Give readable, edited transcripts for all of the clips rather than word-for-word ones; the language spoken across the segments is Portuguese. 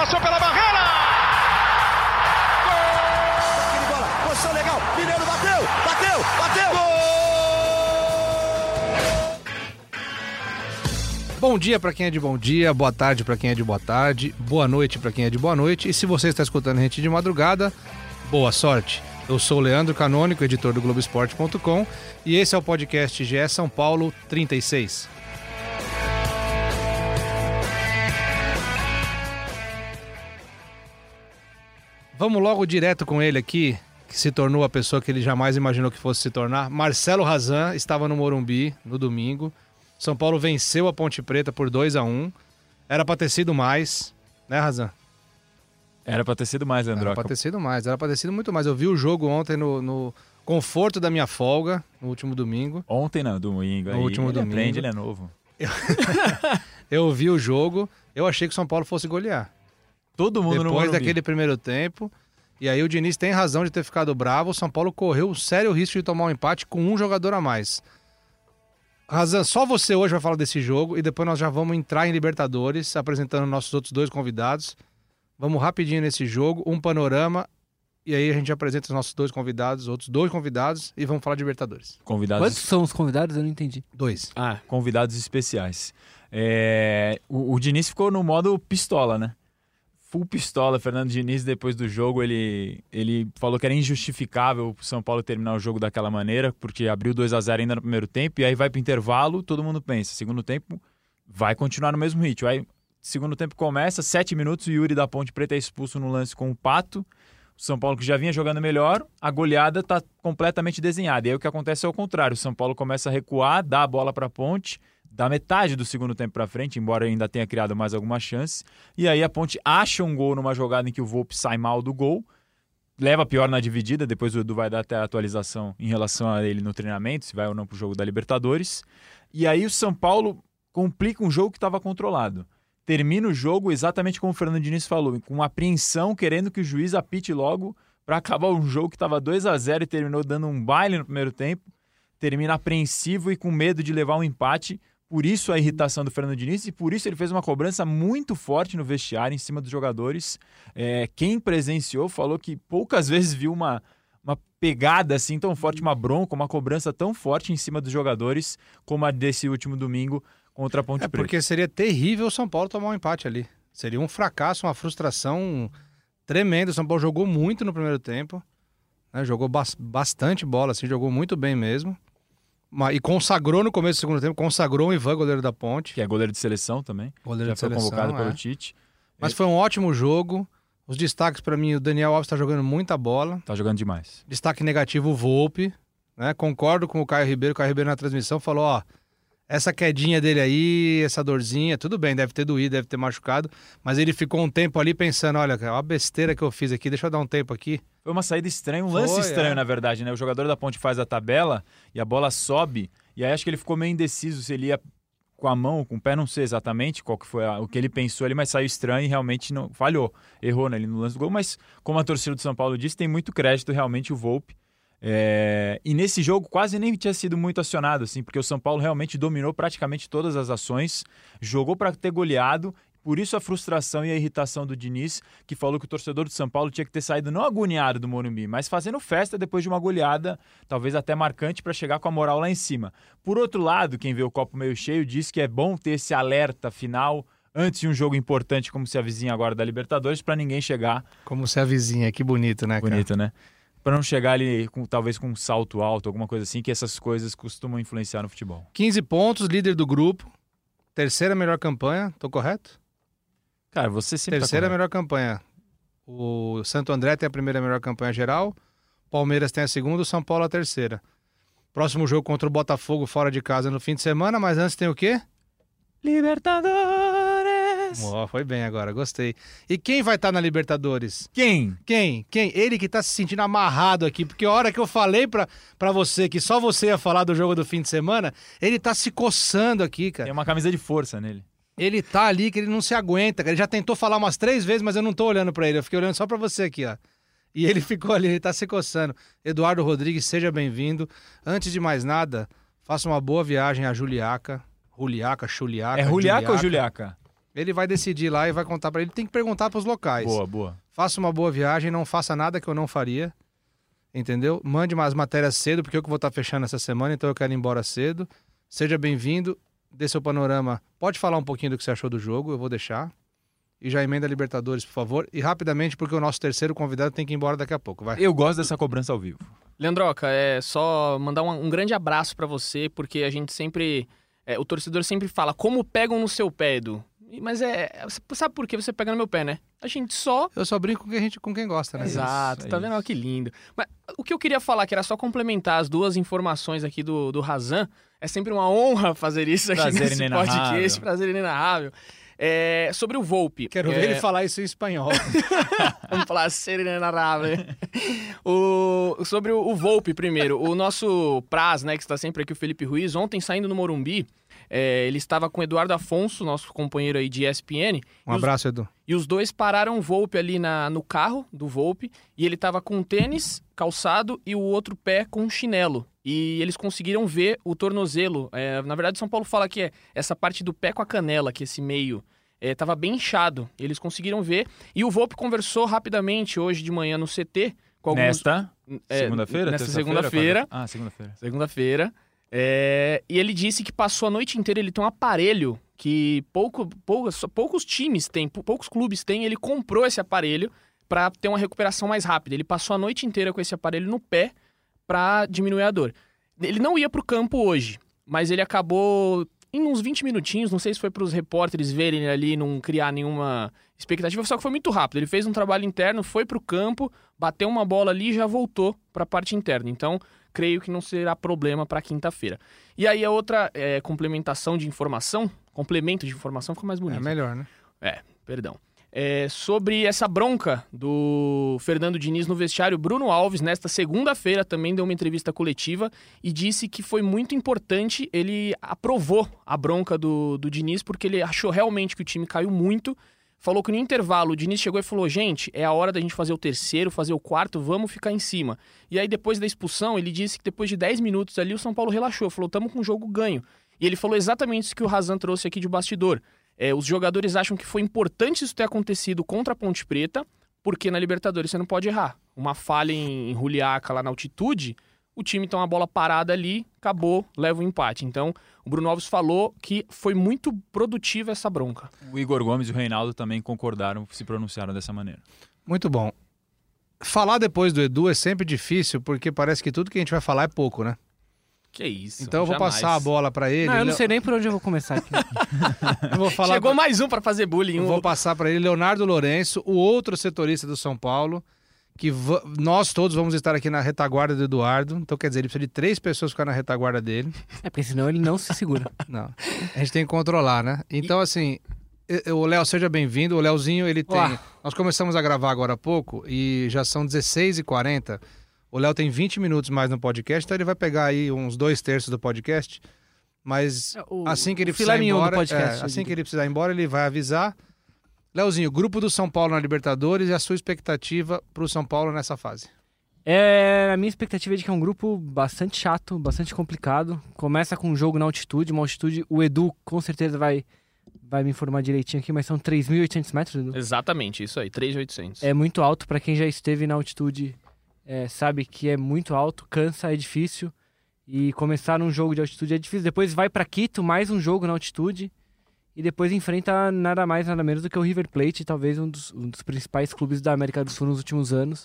passou pela barreira! Gol! Bola, posição legal, Mineiro bateu! Gol! Bom dia para quem é de bom dia, boa tarde para quem é de boa tarde, boa noite para quem é de boa noite. E se você está escutando a gente de madrugada, boa sorte. Eu sou o Leandro Canônico, editor do Globoesporte.com, e esse é o podcast GE São Paulo 36. Vamos logo direto com ele aqui, que se tornou a pessoa que ele jamais imaginou que fosse se tornar. Marcelo Razan estava no Morumbi no domingo. São Paulo venceu a Ponte Preta por 2-1. Era para ter sido mais, né, Razan? Era pra ter sido mais, Leandro. Era pra ter sido mais, era pra ter sido muito mais. Eu vi o jogo ontem no conforto da minha folga, no último domingo. Ontem não, domingo. No último domingo. Aprende, ele é novo. Eu vi o jogo, eu achei que o São Paulo fosse golear. Todo mundo no Depois Morumbi. daquele primeiro tempo, e aí o Diniz tem razão de ter ficado bravo, o São Paulo correu um sério risco de tomar um empate com um jogador a mais. Razan, só você hoje vai falar desse jogo, e depois nós já vamos entrar em Libertadores, apresentando nossos outros dois convidados. Vamos rapidinho nesse jogo, um panorama, e aí a gente apresenta os nossos dois convidados, outros dois convidados, e vamos falar de Libertadores. Quantos são os convidados? Eu não entendi. 2. Convidados especiais. O Diniz ficou no modo pistola, né? Full pistola. Fernando Diniz, depois do jogo, ele falou que era injustificável o São Paulo terminar o jogo daquela maneira, porque abriu 2-0 ainda no primeiro tempo, e aí vai pro intervalo, todo mundo pensa, segundo tempo vai continuar no mesmo ritmo. Aí segundo tempo começa, 7 minutos, o Yuri da Ponte Preta é expulso no lance com o Pato. O São Paulo, que já vinha jogando melhor, a goleada está completamente desenhada. E aí o que acontece é o contrário. O São Paulo começa a recuar, dá a bola para a Ponte, dá metade do segundo tempo para frente, embora ainda tenha criado mais algumas chances. E aí a Ponte acha um gol numa jogada em que o Volpi sai mal do gol, leva pior na dividida, depois o Edu vai dar até a atualização em relação a ele no treinamento, se vai ou não para o jogo da Libertadores. E aí o São Paulo complica um jogo que estava controlado. Termina o jogo exatamente como o Fernando Diniz falou, com apreensão, querendo que o juiz apite logo para acabar um jogo que estava 2-0 e terminou dando um baile no primeiro tempo. Termina apreensivo e com medo de levar um empate. Por isso a irritação do Fernando Diniz e por isso ele fez uma cobrança muito forte no vestiário, em cima dos jogadores. Quem presenciou falou que poucas vezes viu uma pegada assim tão forte, uma bronca, uma cobrança tão forte em cima dos jogadores como a desse último domingo contra a Ponte Preta. Porque seria terrível o São Paulo tomar um empate ali. Seria um fracasso, uma frustração tremenda. O São Paulo jogou muito no primeiro tempo, né? Jogou bastante bola, assim, jogou muito bem mesmo. E consagrou no começo do segundo tempo, consagrou o Ivan, goleiro da Ponte. Que é goleiro de seleção também. Goleiro já de foi seleção, convocado pelo Tite. Mas foi um ótimo jogo. Os destaques para mim, o Daniel Alves está jogando muita bola. Tá jogando demais. Destaque negativo, o Volpi, né? Concordo com o Caio Ribeiro. O Caio Ribeiro na transmissão falou, ó, essa quedinha dele aí, essa dorzinha, tudo bem, deve ter doído, deve ter machucado, mas ele ficou um tempo ali pensando, olha, a besteira que eu fiz aqui, deixa eu dar um tempo aqui. Foi uma saída estranha, um lance estranho, na verdade, né? O jogador da Ponte faz a tabela e a bola sobe, e aí acho que ele ficou meio indeciso se ele ia com a mão, com o pé, não sei exatamente qual que foi o que ele pensou ali, mas saiu estranho e realmente não falhou, errou, né, ali no lance do gol, mas como a torcida do São Paulo disse, tem muito crédito realmente o Volpi. E nesse jogo quase nem tinha sido muito acionado, assim, porque o São Paulo realmente dominou praticamente todas as ações, jogou para ter goleado, por isso a frustração e a irritação do Diniz, que falou que o torcedor do São Paulo tinha que ter saído não agoniado do Morumbi, mas fazendo festa depois de uma goleada, talvez até marcante, para chegar com a moral lá em cima. Por outro lado, quem vê o copo meio cheio diz que é bom ter esse alerta final antes de um jogo importante como se avizinha agora da Libertadores, para ninguém chegar... Como se avizinha, que bonito, né, cara? Bonito, né? Para não chegar ali talvez com um salto alto, alguma coisa assim, que essas coisas costumam influenciar no futebol. 15 pontos, líder do grupo, terceira melhor campanha, tô correto? Cara, você sempre terceira tá melhor campanha. O Santo André tem a primeira melhor campanha geral, Palmeiras tem a segunda, o São Paulo a terceira. Próximo jogo contra o Botafogo fora de casa no fim de semana, mas antes tem o quê? Libertadores! Foi bem agora, gostei. E quem vai estar na Libertadores? Quem? Ele que tá se sentindo amarrado aqui, porque a hora que eu falei pra você que só você ia falar do jogo do fim de semana, ele tá se coçando aqui, cara. Tem uma camisa de força nele. Ele tá ali que ele não se aguenta, cara. Ele já tentou falar umas 3 vezes, mas eu não tô olhando pra ele, eu fiquei olhando só pra você aqui, ó. E ele ficou ali, ele tá se coçando. Eduardo Rodrigues, seja bem-vindo. Antes de mais nada, faça uma boa viagem a Juliaca. Chuliaca. É Juliaca ou Juliaca? Ele vai decidir lá e vai contar pra ele. Tem que perguntar pros locais. Boa. Faça uma boa viagem, não faça nada que eu não faria. Entendeu? Mande umas matérias cedo, porque eu que vou estar fechando essa semana, então eu quero ir embora cedo. Seja bem-vindo, dê seu panorama. Pode falar um pouquinho do que você achou do jogo, eu vou deixar. E já emenda a Libertadores, por favor. E rapidamente, porque o nosso terceiro convidado tem que ir embora daqui a pouco. Vai. Eu gosto dessa cobrança ao vivo. Leandroca, é só mandar um grande abraço pra você, porque a gente sempre... o torcedor sempre fala, como pegam no seu pé, Edu? Mas sabe por que você pega no meu pé, né? A gente só... Eu só brinco com quem gosta, né? Exato, é tá isso. vendo? Olha que lindo. Mas o que eu queria falar, que era só complementar as duas informações aqui do Razan, é sempre uma honra fazer isso aqui Prazer nesse inenarrável. podcast, prazer inenarrável. Sobre o Volpi. Quero ver ele falar isso em espanhol. Um prazer inenarrável. Sobre o Volpi primeiro. O nosso Praz, né, que está sempre aqui, o Felipe Ruiz, ontem saindo no Morumbi, ele estava com o Eduardo Afonso, nosso companheiro aí de ESPN. Um abraço, Edu. E os dois pararam o Volpi ali no carro do Volpi, e ele tava com tênis, calçado, e o outro pé com chinelo. E eles conseguiram ver o tornozelo. Na verdade, São Paulo fala que é essa parte do pé com a canela, que esse meio tava bem inchado. Eles conseguiram ver. E o Volpi conversou rapidamente hoje de manhã no CT com alguns... Nesta segunda-feira? Nesta Terça-feira? segunda-feira. Segunda-feira. Segunda-feira. E ele disse que passou a noite inteira, ele tem um aparelho que poucos times têm, poucos clubes têm, ele comprou esse aparelho para ter uma recuperação mais rápida. Ele passou a noite inteira com esse aparelho no pé para diminuir a dor. Ele não ia pro campo hoje, mas ele acabou em uns 20 minutinhos, não sei se foi para os repórteres verem ali, não criar nenhuma expectativa, só que foi muito rápido. Ele fez um trabalho interno, foi pro campo, bateu uma bola ali e já voltou para a parte interna. Então, creio que não será problema para quinta-feira. E aí a outra complemento de informação ficou mais bonito. É melhor, né? Perdão. Sobre essa bronca do Fernando Diniz no vestiário, Bruno Alves, nesta segunda-feira, também deu uma entrevista coletiva e disse que foi muito importante, ele aprovou a bronca do Diniz, porque ele achou realmente que o time caiu muito. Falou que no intervalo o Diniz chegou e falou, gente, é a hora da gente fazer o terceiro, fazer o quarto, vamos ficar em cima. E aí depois da expulsão, ele disse que depois de 10 minutos ali o São Paulo relaxou, falou, estamos com o jogo ganho. E ele falou exatamente isso que o Razan trouxe aqui de bastidor. Os jogadores acham que foi importante isso ter acontecido contra a Ponte Preta, porque na Libertadores você não pode errar. Uma falha em Juliaca lá na altitude, o time tem uma bola parada ali, acabou, leva o empate. Então, o Bruno Alves falou que foi muito produtiva essa bronca. O Igor Gomes e o Reinaldo também concordaram, se pronunciaram dessa maneira. Muito bom. Falar depois do Edu é sempre difícil, porque parece que tudo que a gente vai falar é pouco, né? Que isso. Então eu vou jamais. passar a bola pra ele. Não, eu não sei nem por onde eu vou começar aqui. Eu vou falar Chegou mais um para fazer bullying. Eu vou passar pra ele Leonardo Lourenço, o outro setorista do São Paulo, que nós todos vamos estar aqui na retaguarda do Eduardo. Então quer dizer, ele precisa de 3 pessoas ficar na retaguarda dele. Porque senão ele não se segura. Não. A gente tem que controlar, né? Então assim, o Léo, seja bem-vindo. O Léozinho, ele tem... Olá. Nós começamos a gravar agora há pouco e já são 16h40. O Léo tem 20 minutos mais no podcast, então ele vai pegar aí uns 2/3 do podcast. Mas assim que ele precisar ir embora, assim que ele precisar ir embora, ele vai avisar. Léozinho, grupo do São Paulo na Libertadores e a sua expectativa pro São Paulo nessa fase? A minha expectativa é de que é um grupo bastante chato, bastante complicado. Começa com um jogo na altitude, uma altitude... O Edu com certeza vai me informar direitinho aqui, mas são 3.800 metros, Edu? Exatamente, isso aí, 3.800. É muito alto para quem já esteve na altitude... sabe que é muito alto, cansa, é difícil. E começar num jogo de altitude é difícil. Depois vai para Quito, mais um jogo na altitude. E depois enfrenta nada mais, nada menos do que o River Plate, talvez um dos principais clubes da América do Sul nos últimos anos.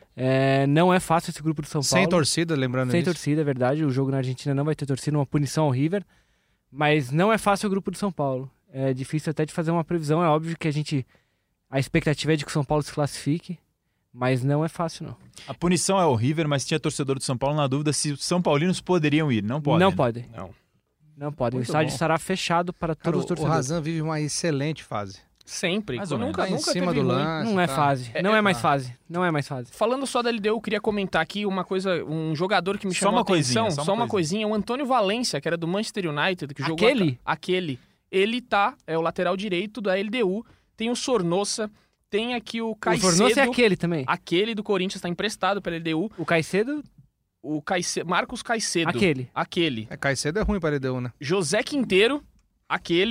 Não é fácil esse grupo do São Paulo. Sem torcida, lembrando Sem disso. torcida, é verdade. O jogo na Argentina não vai ter torcida, uma punição ao River. Mas não é fácil o grupo do São Paulo. É difícil até de fazer uma previsão. É óbvio que a expectativa é de que o São Paulo se classifique. Mas não é fácil, não. A punição é o River, mas tinha torcedor do São Paulo na dúvida se os São Paulinos poderiam ir. Não podem. Não né? podem. Não podem. O estádio estará fechado para todos os O torcedores. Razan vive uma excelente fase. Sempre. Mais ou Nunca, Tá em nunca cima teve do ruim. lance. Não é tá. fase. Não é mais fase. Não é mais fase. Falando só da LDU, eu queria comentar aqui uma coisa, um jogador que me Só chamou a uma coisinha, atenção. só uma Só uma coisinha. O Antônio Valência, que era do Manchester United, que jogou... Aquele? Ele é o lateral direito da LDU. Tem o Sornosa, tem aqui o O Caicedo. Fornoso é aquele também. Aquele do Corinthians está emprestado pela LDU. O Caicedo, O Marcos Caicedo. aquele. Aquele. Caicedo é ruim para LDU, né? José Quinteiro, aquele.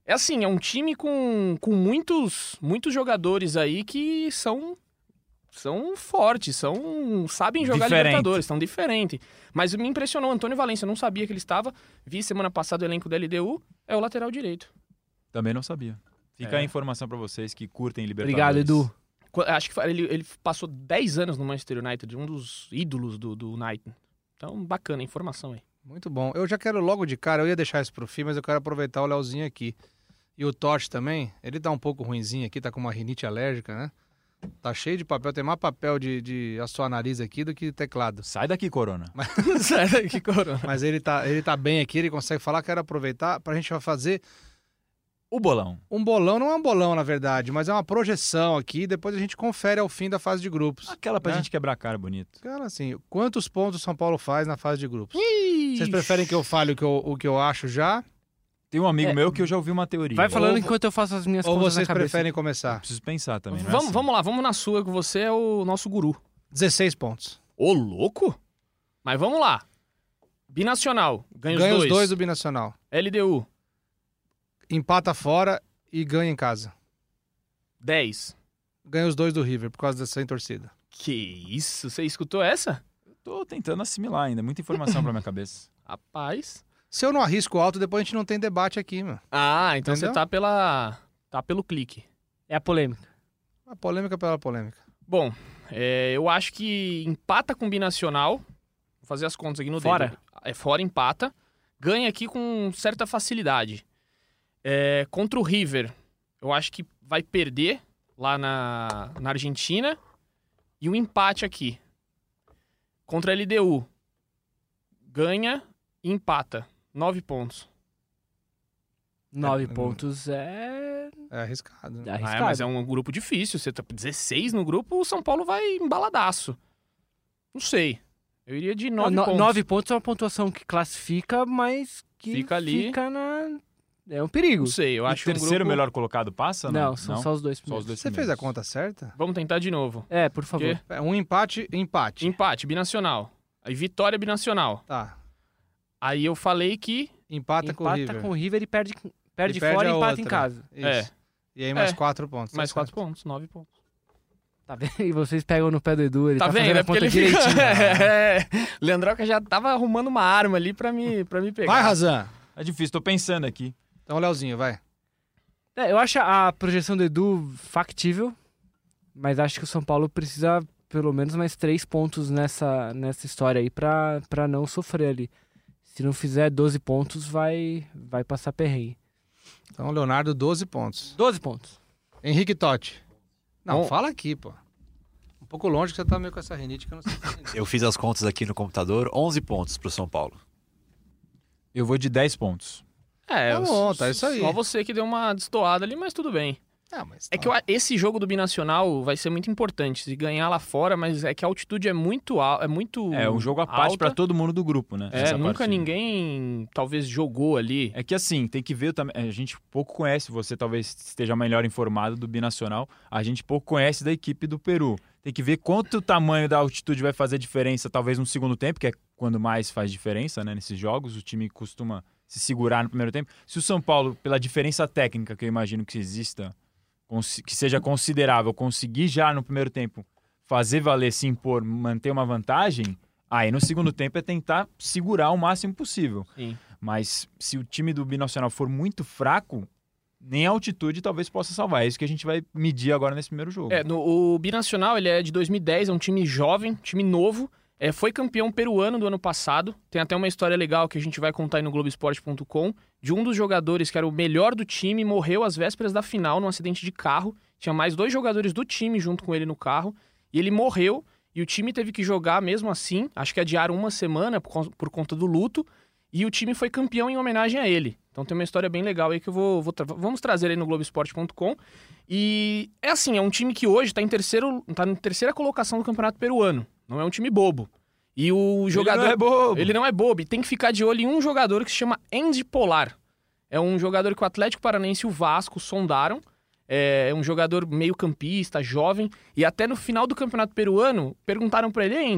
É assim, é um time com muitos jogadores aí que são fortes, sabem jogar Diferente. Libertadores, são diferentes. Mas me impressionou, Antônio Valencia, eu não sabia que ele estava. Vi semana passada o elenco da LDU, é o lateral direito. Também não sabia. Fica É. a informação pra vocês que curtem Obrigado, Libertadores. Edu. Acho que ele passou 10 anos no Manchester United, um dos ídolos do United. Então, bacana a informação aí. Muito bom. Eu já quero logo de cara, eu ia deixar isso pro fim, mas eu quero aproveitar o Leozinho aqui. E o Totti também, ele tá um pouco ruinzinho aqui, tá com uma rinite alérgica, né? Tá cheio de papel, tem mais papel de assoar nariz aqui do que teclado. Sai daqui, Corona. Sério, que corona. Mas ele tá bem aqui, ele consegue falar, quero aproveitar pra gente fazer O bolão. um bolão, não é um bolão na verdade, mas é uma projeção aqui, depois a gente confere ao fim da fase de grupos. Aquela pra né? gente quebrar a cara bonito. Cara, assim, quantos pontos o São Paulo faz na fase de grupos? Vocês preferem que eu fale o que eu acho já? Tem um amigo meu que eu já ouvi uma teoria. Vai falando Ou- enquanto eu faço as minhas Ou contas vocês na cabeça. preferem começar? Preciso pensar também. não é Vamos, assim? vamos lá, vamos na sua, que você é o nosso guru. 16 pontos. Ô, louco? Mas vamos lá. Binacional, ganha Ganha os dois do Binacional. LDU, Empata fora e ganha em casa. 10. Ganha os dois do River, por causa dessa torcida. Que isso? Você escutou essa? Tô tentando assimilar ainda. Muita informação pra minha cabeça. Rapaz. Se eu não arrisco alto, depois a gente não tem debate aqui, meu. Ah, então Entendeu? você tá pelo clique. É a polêmica. A polêmica pela polêmica. Bom, eu acho que empata com Binacional. Vou fazer as contas aqui no Fora? dedo. Fora, empata. Ganha aqui com certa facilidade. Contra o River, eu acho que vai perder lá na Argentina. E um empate aqui. Contra a LDU, ganha e empata. 9 pontos. 9 pontos é É arriscado. Né? arriscado. Mas é um grupo difícil. Você tá 16 no grupo, o São Paulo vai embaladaço. Não sei. Eu iria de 9 pontos. 9 pontos é uma pontuação que classifica, mas que Fica ali. É um perigo. Não sei, eu O acho que um terceiro grupo... melhor colocado passa? Não, são só os dois Só primeiros. os dois Você fez a conta certa? Vamos tentar de novo. É, por favor. Quê? É, um empate. Empate, binacional. Aí vitória binacional. Tá. Aí eu falei que... Empata com o Empata River. com o River e perde E fora a e empata em outra. casa. Isso. É. E aí mais É. 4 pontos. tá Mais 4 certo. pontos, 9 pontos. Tá vendo? E vocês pegam no pé do Edu, ele tá, vendo? fazendo a porque conta ele fica... direitinho. Leandroca já tava arrumando uma arma ali pra me pegar. Vai, Razan. É difícil, tô pensando aqui. Então, Leozinho, vai. Eu acho a projeção do Edu factível, mas acho que o São Paulo precisa pelo menos mais 3 pontos nessa história aí pra não sofrer ali. Se não fizer 12 pontos, vai passar perrengue. Então, Leonardo, 12 pontos. 12 pontos. Henrique Totti. Não, Bom. fala aqui, pô. Um pouco longe que você tá meio com essa rinite que eu não sei. Eu fiz as contas aqui no computador, 11 pontos pro São Paulo. Eu vou de 10 pontos. Tá bom, tá isso aí. Só você que deu uma destoada ali, mas tudo bem. Ah, mas É que esse jogo do Binacional vai ser muito importante. Se ganhar lá fora, mas é que a altitude é muito alta. É um jogo à parte alta. pra todo mundo do grupo, né? essa Nunca partida. ninguém talvez jogou ali. É que assim, tem que ver também. A gente pouco conhece, você talvez esteja melhor informado do Binacional. A gente pouco conhece da equipe do Peru. Tem que ver quanto o tamanho da altitude vai fazer diferença, talvez no segundo tempo, que é quando mais faz diferença, né? Nesses jogos, o time costuma se segurar no primeiro tempo. Se o São Paulo, pela diferença técnica que eu imagino que exista, que seja considerável, conseguir já no primeiro tempo fazer valer, se impor, manter uma vantagem, aí no segundo tempo é tentar segurar o máximo possível. Sim. Mas se o time do Binacional for muito fraco, nem a altitude talvez possa salvar. É isso que a gente vai medir agora nesse primeiro jogo. O Binacional ele é de 2010, é um time jovem, time novo. Foi campeão peruano do ano passado. Tem até uma história legal que a gente vai contar aí no Globoesporte.com de um dos jogadores que era o melhor do time, morreu às vésperas da final num acidente de carro. Tinha mais 2 jogadores do time junto com ele no carro. E ele morreu e o time teve que jogar mesmo assim. Acho que adiaram uma semana por conta do luto. E o time foi campeão em homenagem a ele. Então tem uma história bem legal aí que vamos trazer aí no Globoesporte.com. E é assim, é um time que hoje tá na terceira colocação do Campeonato Peruano. Não é um time bobo. E o jogador... Ele não é bobo. Ele não é bobo. E tem que ficar de olho em um jogador que se chama Andy Polar. É um jogador que o Atlético Paranaense e o Vasco sondaram. É um jogador meio campista, jovem. E até no final do Campeonato Peruano, perguntaram pra ele, Andy,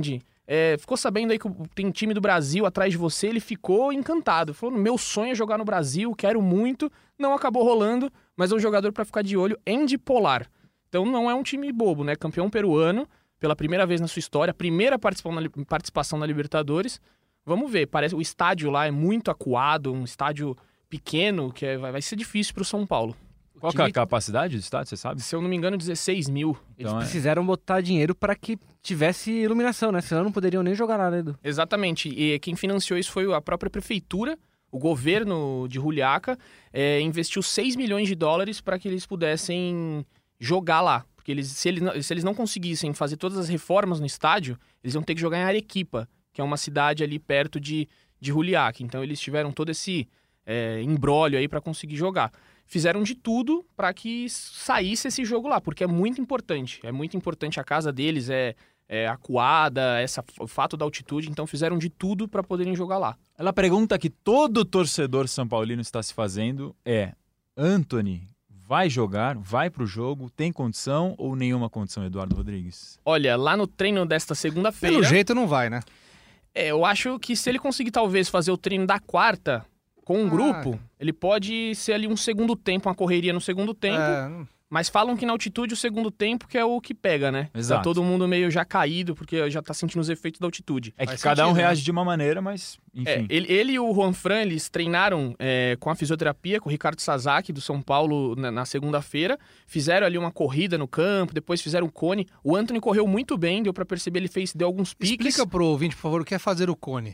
ficou sabendo aí que tem time do Brasil atrás de você, ele ficou encantado. Falou, meu sonho é jogar no Brasil, quero muito. Não acabou rolando, mas é um jogador para ficar de olho, Andy Polar. Então não é um time bobo, né? Campeão peruano, pela primeira vez na sua história, primeira participação na Libertadores. Vamos ver, parece o estádio lá é muito acuado, um estádio pequeno, que vai ser difícil pro São Paulo. Qual que é a capacidade do estádio, você sabe? Se eu não me engano, 16 mil. Eles Então, precisaram botar dinheiro para que tivesse iluminação, né? Senão não poderiam nem jogar lá, né, Edu? Exatamente. E quem financiou isso foi a própria prefeitura, o governo de Juliaca, investiu 6 milhões de dólares para que eles pudessem jogar lá. Porque se eles não conseguissem fazer todas as reformas no estádio, eles iam ter que jogar em Arequipa, que é uma cidade ali perto de Juliaca. Então eles tiveram todo esse imbróglio aí para conseguir jogar. Fizeram de tudo para que saísse esse jogo lá, porque é muito importante. É muito importante, a casa deles é acuada, o fato da altitude, então fizeram de tudo para poderem jogar lá. A pergunta que todo torcedor são paulino está se fazendo é: Antony vai jogar, vai pro jogo, tem condição ou nenhuma condição, Eduardo Rodrigues? Olha, lá no treino desta segunda-feira... Pelo jeito não vai, né? Eu acho que se ele conseguir talvez fazer o treino da quarta com um grupo, ele pode ser ali um segundo tempo, uma correria no segundo tempo. Mas falam que na altitude o segundo tempo que é o que pega, né? Exato. Tá todo mundo meio já caído, porque já tá sentindo os efeitos da altitude. É que cada um reage de uma maneira, mas enfim. Ele e o Juan Fran, eles treinaram com a fisioterapia, com o Ricardo Sasaki, do São Paulo, na segunda-feira. Fizeram ali uma corrida no campo, depois fizeram um cone. O Antony correu muito bem, deu pra perceber, deu alguns piques. Explica pro ouvinte, por favor, o que é fazer o cone.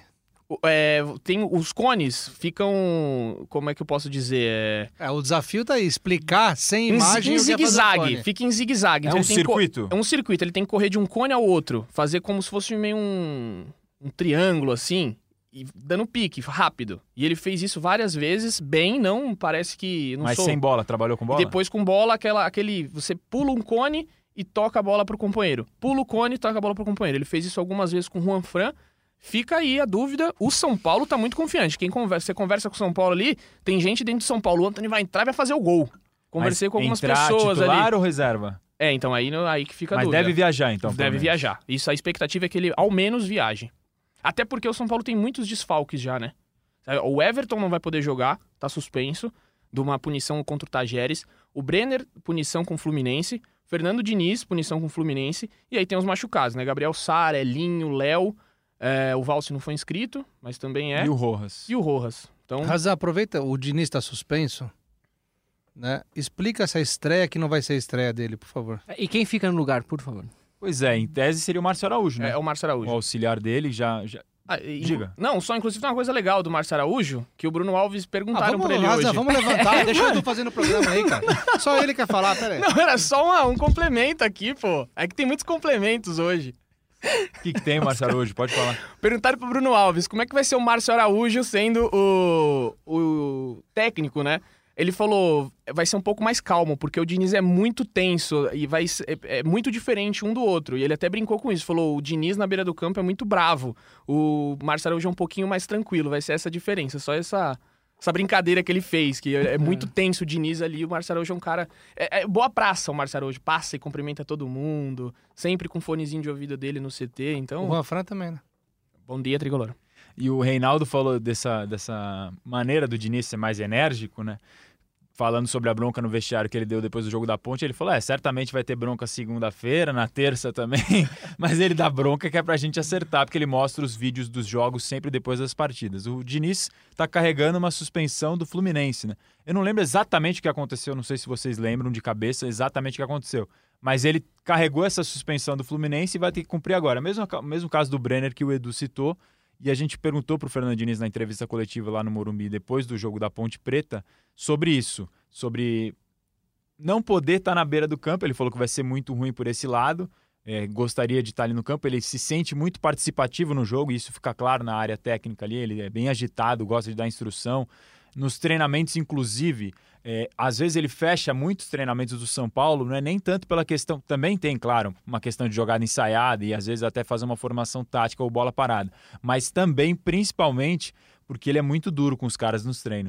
Tem os cones, ficam, como é que eu posso dizer? O desafio tá aí, explicar sem imagem em o que é fazer o zigue-zague, cone. fica em zigue-zague. É Então um ele tem que circuito? É um circuito, ele tem que correr de um cone ao outro, fazer como se fosse meio um triângulo assim, e dando pique, rápido. E ele fez isso várias vezes, bem, não parece que... Mas sem bola, trabalhou com bola? E depois com bola, você pula um cone e toca a bola pro companheiro. Pula o cone e toca a bola pro companheiro. Ele fez isso algumas vezes com o Juan Fran. Fica aí a dúvida, o São Paulo tá muito confiante. Você conversa com o São Paulo ali, tem gente dentro de São Paulo, o Antony vai entrar e vai fazer o gol. Conversei com algumas pessoas titular ali. Ou reserva? Então aí que fica a Mas dúvida. deve viajar, então. Deve viajar. Isso, a expectativa é que ele ao menos viaje. Até porque o São Paulo tem muitos desfalques já, né? O Everton não vai poder jogar, tá suspenso, de uma punição contra o Tajeres. O Brenner, punição com o Fluminense. Fernando Diniz, punição com o Fluminense. E aí tem os machucados, né? Gabriel Sara, Elinho, Léo. O Valse não foi inscrito, mas também é. E o Rojas. Então... Razan, aproveita, o Diniz tá suspenso, né? Explica essa estreia que não vai ser a estreia dele, por favor. E quem fica no lugar, por favor? Pois é, em tese seria o Márcio Araújo, né? É o Márcio Araújo. O auxiliar dele já... Diga. Não, só inclusive tem uma coisa legal do Márcio Araújo, que o Bruno Alves perguntaram pra ele Razan, hoje. vamos levantar, deixa eu Edu fazendo o programa aí, cara. Só ele quer falar, peraí. Não, era só um complemento aqui, pô. É que tem muitos complementos hoje. O que tem, Márcio Araújo? Pode falar. Perguntaram pro Bruno Alves como é que vai ser o Márcio Araújo sendo o técnico, né? Ele falou, vai ser um pouco mais calmo, porque o Diniz é muito tenso e é muito diferente um do outro. E ele até brincou com isso, falou, o Diniz na beira do campo é muito bravo, o Márcio Araújo é um pouquinho mais tranquilo, vai ser essa diferença, só essa brincadeira que ele fez, que é muito tenso o Diniz ali, o Márcio Araújo é um cara... É boa praça o Márcio Araújo, passa e cumprimenta todo mundo, sempre com o fonezinho de ouvido dele no CT, então... O Juan Fran também, né? Bom dia, Tricolor. E o Reinaldo falou dessa maneira do Diniz ser mais enérgico, né? Falando sobre a bronca no vestiário que ele deu depois do jogo da Ponte, ele falou, certamente vai ter bronca segunda-feira, na terça também, mas ele dá bronca que é pra gente acertar, porque ele mostra os vídeos dos jogos sempre depois das partidas. O Diniz tá carregando uma suspensão do Fluminense, né? Eu não lembro exatamente o que aconteceu, não sei se vocês lembram de cabeça exatamente o que aconteceu, mas ele carregou essa suspensão do Fluminense e vai ter que cumprir agora. Mesmo caso do Brenner que o Edu citou, e a gente perguntou pro Fernando Diniz na entrevista coletiva lá no Morumbi, depois do jogo da Ponte Preta, sobre isso, sobre não poder estar na beira do campo. Ele falou que vai ser muito ruim por esse lado, gostaria de estar ali no campo, ele se sente muito participativo no jogo, e isso fica claro na área técnica ali, ele é bem agitado, gosta de dar instrução. Nos treinamentos, inclusive, às vezes ele fecha muitos treinamentos do São Paulo, não é nem tanto pela questão, também tem, claro, uma questão de jogada ensaiada e às vezes até fazer uma formação tática ou bola parada, mas também, principalmente, porque ele é muito duro com os caras nos treinos.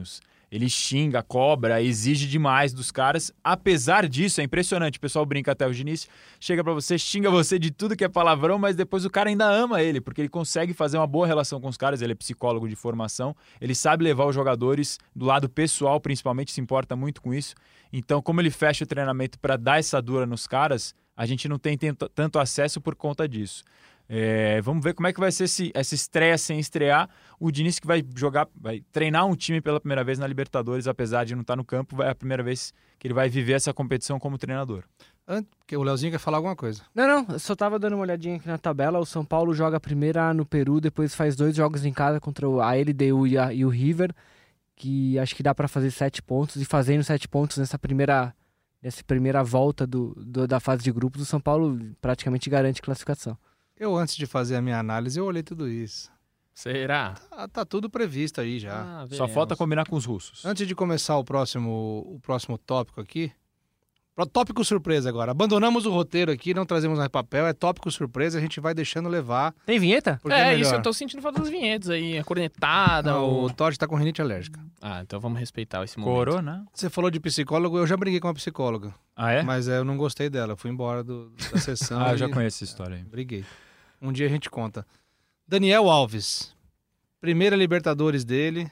Ele xinga, cobra, exige demais dos caras. Apesar disso, é impressionante. O pessoal brinca até o Diniz, chega pra você, xinga você de tudo que é palavrão, mas depois o cara ainda ama ele, porque ele consegue fazer uma boa relação com os caras. Ele é psicólogo de formação, ele sabe levar os jogadores do lado pessoal, principalmente, se importa muito com isso. Então, como ele fecha o treinamento para dar essa dura nos caras, a gente não tem tanto acesso por conta disso. Vamos ver como é que vai ser essa estreia sem estrear. O Diniz que vai treinar um time pela primeira vez na Libertadores, apesar de não estar no campo, é a primeira vez que ele vai viver essa competição como treinador. O Leozinho quer falar alguma coisa. Não, eu só tava dando uma olhadinha aqui na tabela. O São Paulo joga primeira no Peru, depois faz 2 jogos em casa contra a LDU e o River, que acho que dá pra fazer 7 pontos, e fazendo 7 pontos nessa primeira volta da fase de grupos, o São Paulo praticamente garante classificação. Eu, antes de fazer a minha análise, eu olhei tudo isso. Será? Tá tudo previsto aí já. Só falta combinar com os russos. Antes de começar o próximo tópico aqui, tópico surpresa agora. Abandonamos o roteiro aqui, não trazemos mais papel, é tópico surpresa, a gente vai deixando levar. Tem vinheta? Porque é isso, eu tô sentindo falta das vinhetas aí, a cornetada. Não, o Todd tá com rinite alérgica. Então vamos respeitar esse momento. Corona? Você falou de psicólogo, eu já briguei com uma psicóloga. Ah, é? Mas eu não gostei dela, eu fui embora da sessão. Eu já conheço essa história aí. Briguei. Um dia a gente conta. Daniel Alves. Primeira Libertadores dele.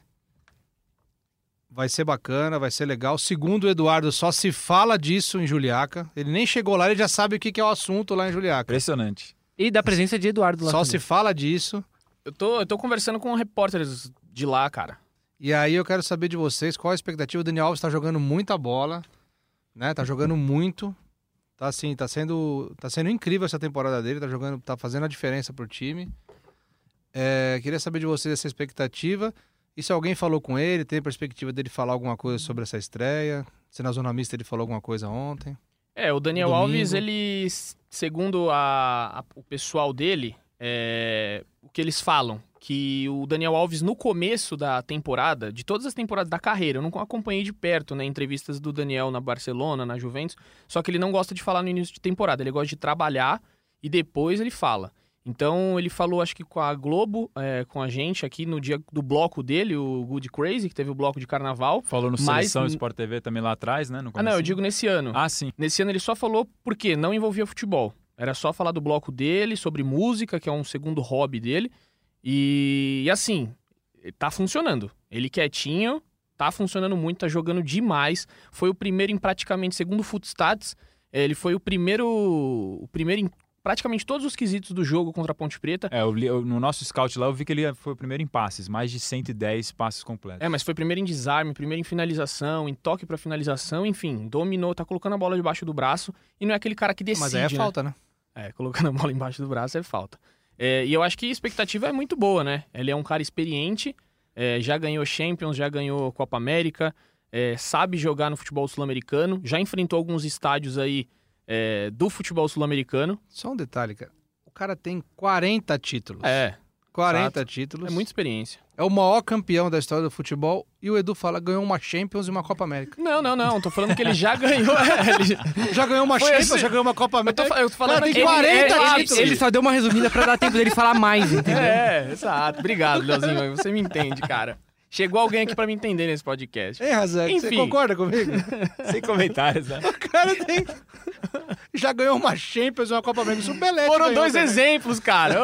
Vai ser bacana, vai ser legal. Segundo o Eduardo, só se fala disso em Juliaca. Ele nem chegou lá, ele já sabe o que é o assunto lá em Juliaca. Impressionante. E da presença de Eduardo lá Só também. se fala disso. Eu tô conversando com repórteres de lá, cara. E aí eu quero saber de vocês qual a expectativa. O Daniel Alves tá jogando muita bola, né? Tá jogando muito. Tá assim, tá sendo incrível essa temporada dele, tá fazendo a diferença pro time. Queria saber de vocês essa expectativa. E se alguém falou com ele, tem perspectiva dele falar alguma coisa sobre essa estreia? Se na Zona Mista ele falou alguma coisa ontem? O Daniel Domingo. Alves, ele, segundo o pessoal dele, o que eles falam, que o Daniel Alves, no começo da temporada, de todas as temporadas da carreira, eu não acompanhei de perto, né, entrevistas do Daniel na Barcelona, na Juventus, só que ele não gosta de falar no início de temporada, ele gosta de trabalhar e depois ele fala. Então ele falou, acho que com a Globo, com a gente aqui no dia do bloco dele, o Good Crazy, que teve o bloco de carnaval. Falou no Seleção Sport TV também lá atrás, né? Não, eu digo nesse ano. Ah, sim. Nesse ano ele só falou porque não envolvia futebol. Era só falar do bloco dele, sobre música, que é um segundo hobby dele. E assim, tá funcionando. Ele quietinho, tá funcionando muito, tá jogando demais. Foi o primeiro em praticamente, segundo o Footstats, ele foi o primeiro em praticamente todos os quesitos do jogo contra a Ponte Preta. No nosso scout lá eu vi que ele foi o primeiro em passes, mais de 110 passes completos. Mas foi primeiro em desarme, primeiro em finalização, em toque pra finalização, enfim, dominou, tá colocando a bola debaixo do braço e não é aquele cara que decide, Mas aí é falta, né? Colocando a bola embaixo do braço é falta. E eu acho que a expectativa é muito boa, né? Ele é um cara experiente, já ganhou Champions, já ganhou Copa América, sabe jogar no futebol sul-americano, já enfrentou alguns estádios aí do futebol sul-americano. Só um detalhe, cara. O cara tem 40 títulos. 40 exato. títulos. É muita experiência. É o maior campeão da história do futebol. E o Edu fala ganhou uma Champions e uma Copa América. Não. Tô falando que ele já ganhou. Já ganhou uma Champions, já ganhou uma Copa América. Eu tô falando Cara, tem que 40 títulos. Ele só deu uma resumida pra dar tempo dele falar mais, entendeu? Exato. Obrigado, Leozinho. Você me entende, cara. Chegou alguém aqui pra me entender nesse podcast. Ei, Razan, você Enfim. concorda comigo? Sem comentários, né? O cara já ganhou uma Champions e uma Copa América. Isso o Pelé Foram ganhou 2 também. exemplos, cara.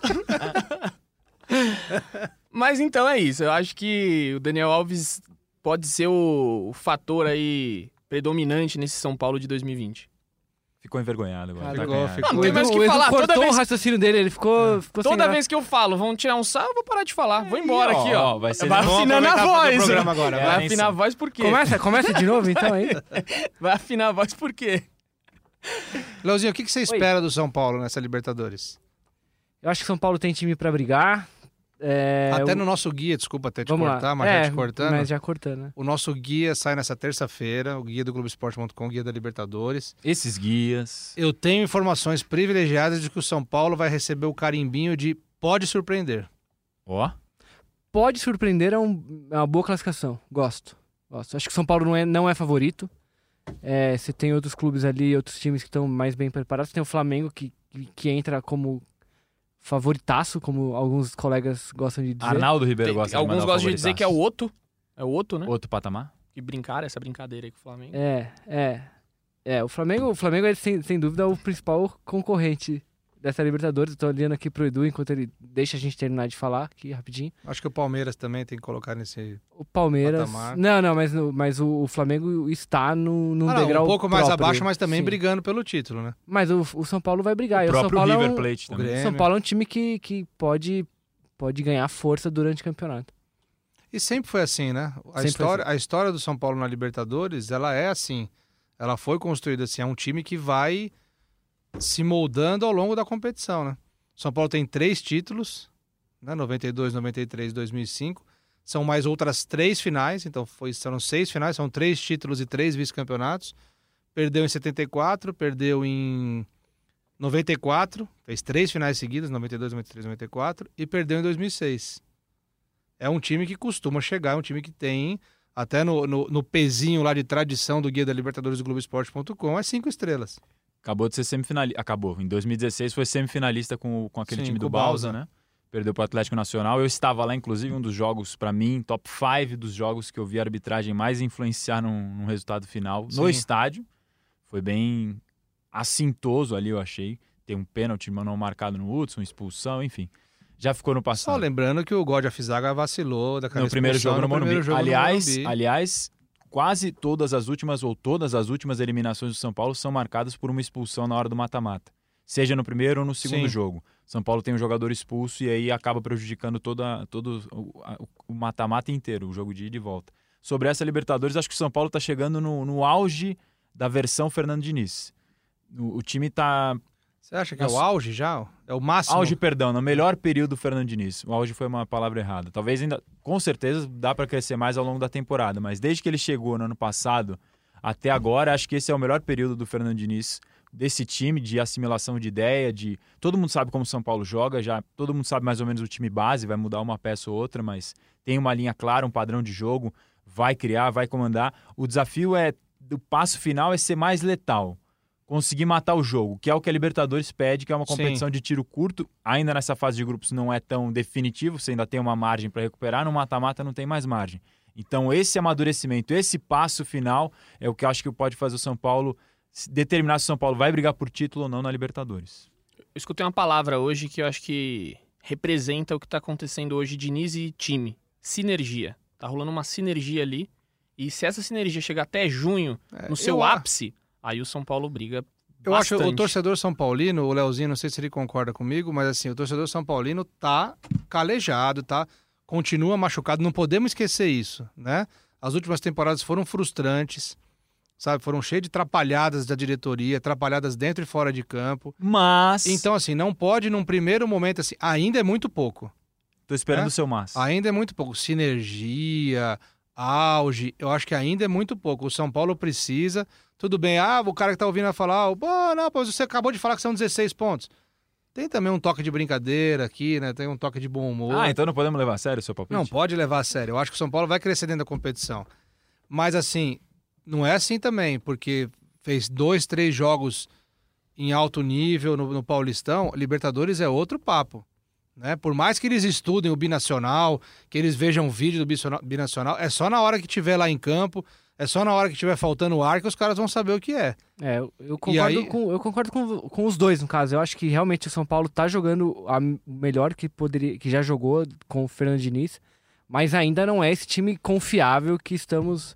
Mas então é isso. Eu acho que o Daniel Alves pode ser o fator aí predominante nesse São Paulo de 2020. Ficou envergonhado agora. Ficou. Não tem mais o que Edu falar. cortou Toda vez- o raciocínio dele, ele ficou sem Toda graça. vez que eu falo, vão tirar um sal, eu vou parar de falar. Vou embora aqui, ó. Vai ser Vai Vamos afinando a aproveitar pra fazer o voz. programa agora, Vai vai. afinar a voz por quê? Começa de novo, então, aí. Vai afinar a voz por quê? Leozinho, o que você espera do São Paulo nessa Libertadores? Eu acho que São Paulo tem time pra brigar. Até no nosso guia, desculpa até te Vamos cortar, lá. mas já te cortando. Mas já cortando, né? O nosso guia sai nessa terça-feira, o guia do Globoesporte.com, guia da Libertadores. Esses guias. Eu tenho informações privilegiadas de que o São Paulo vai receber o carimbinho de pode surpreender. Ó. Pode surpreender, é uma boa classificação. Gosto. Acho que o São Paulo não é favorito. Você tem outros clubes ali, outros times que estão mais bem preparados. Tem o Flamengo que entra como favoritaço, como alguns colegas gostam de dizer. Arnaldo Ribeiro gosta de Alguns mandar gostam de dizer que é o Otto. É o outro, né? Outro patamar? Que brincaram essa brincadeira aí com o Flamengo. O Flamengo é, sem dúvida, o principal concorrente dessa Libertadores. Estou olhando aqui pro Edu enquanto ele deixa a gente terminar de falar aqui rapidinho. Acho que o Palmeiras também tem que colocar nesse O Palmeiras... patamar. Não, mas o Flamengo está num degrau um pouco mais próprio. abaixo, mas também Sim. brigando pelo título, né? Mas o São Paulo vai brigar. O E o São próprio Paulo River é um, Plate O também. Grêmio. São Paulo é um time que pode ganhar força durante o campeonato. E sempre foi assim, né? A história do São Paulo na Libertadores, ela é assim. Ela foi construída assim. É um time que vai se moldando ao longo da competição, né? São Paulo tem 3 títulos, né? 92, 93, 2005. São mais outras 3 finais, então foram 6 finais, são 3 títulos e 3 vice-campeonatos. Perdeu em 74, perdeu em 94, fez 3 finais seguidas, 92, 93, 94, e perdeu em 2006. É um time que costuma chegar, é um time que tem, até no pezinho lá de tradição do Guia da Libertadores do Globoesporte.com, é 5 estrelas. Acabou de ser semifinalista. Acabou. Em 2016 foi semifinalista com aquele Sim, time com do o Balsa, Balsa, né? Perdeu para o Atlético Nacional. Eu estava lá, inclusive, um dos jogos, para mim, top 5 dos jogos que eu vi a arbitragem mais influenciar num resultado final no Sim. estádio. Foi bem assintoso ali, eu achei. Tem um pênalti não marcado no Hudson, expulsão, enfim. Já ficou no Só passado. lembrando que o God of Zaga vacilou daquela No primeiro jogo no Morumbi. Aliás, Aliás, quase todas as últimas eliminações do São Paulo são marcadas por uma expulsão na hora do mata-mata. Seja no primeiro ou no segundo Sim. jogo. São Paulo tem um jogador expulso e aí acaba prejudicando todo o mata-mata inteiro, o jogo de ida e volta. Sobre essa Libertadores, acho que o São Paulo está chegando no auge da versão Fernando Diniz. O time está... você acha que é o auge já? É o máximo? Auge, perdão, no melhor período do Fernando Diniz. O auge foi uma palavra errada. Talvez ainda, com certeza, dá para crescer mais ao longo da temporada, mas desde que ele chegou no ano passado até agora, acho que esse é o melhor período do Fernando Diniz, desse time, de assimilação de ideia, todo mundo sabe como o São Paulo joga, já todo mundo sabe mais ou menos o time base, vai mudar uma peça ou outra, mas tem uma linha clara, um padrão de jogo, vai criar, vai comandar. O desafio do passo final é ser mais letal. Conseguir matar o jogo, que é o que a Libertadores pede, que é uma competição de tiro curto. Ainda nessa fase de grupos não é tão definitivo, você ainda tem uma margem para recuperar, no mata-mata não tem mais margem. Então esse amadurecimento, esse passo final é o que eu acho que pode fazer o São Paulo determinar se o São Paulo vai brigar por título ou não na Libertadores. Eu escutei uma palavra hoje que eu acho que representa o que está acontecendo hoje, Diniz e time. Sinergia. Tá rolando uma sinergia ali. E se essa sinergia chegar até junho, no seu ápice... aí o São Paulo briga Eu bastante. acho que o torcedor São Paulino, o Leozinho, não sei se ele concorda comigo, mas assim, o torcedor São Paulino tá calejado, continua machucado, não podemos esquecer isso, né? As últimas temporadas foram frustrantes, sabe? Foram cheias de atrapalhadas da diretoria, atrapalhadas dentro e fora de campo. Mas... Então, assim, não pode num primeiro momento, assim, ainda é muito pouco. Tô esperando o seu máximo. Ainda é muito pouco. Sinergia, auge, eu acho que ainda é muito pouco. O São Paulo precisa... Tudo bem, o cara que tá ouvindo vai falar, você acabou de falar que são 16 pontos. Tem também um toque de brincadeira aqui, né? Tem um toque de bom humor. Então não podemos levar a sério o seu palpite? Não, pode levar a sério. Eu acho que o São Paulo vai crescer dentro da competição. Mas assim, não é assim também, porque fez 2, 3 jogos em alto nível no Paulistão, Libertadores é outro papo. Né? Por mais que eles estudem o binacional, que eles vejam vídeo do binacional, é só na hora que tiver lá em campo, é só na hora que tiver faltando ar que os caras vão saber o que é. Eu concordo com os dois, no caso. Eu acho que realmente o São Paulo tá jogando o melhor que já jogou com o Fernando Diniz, mas ainda não é esse time confiável que estamos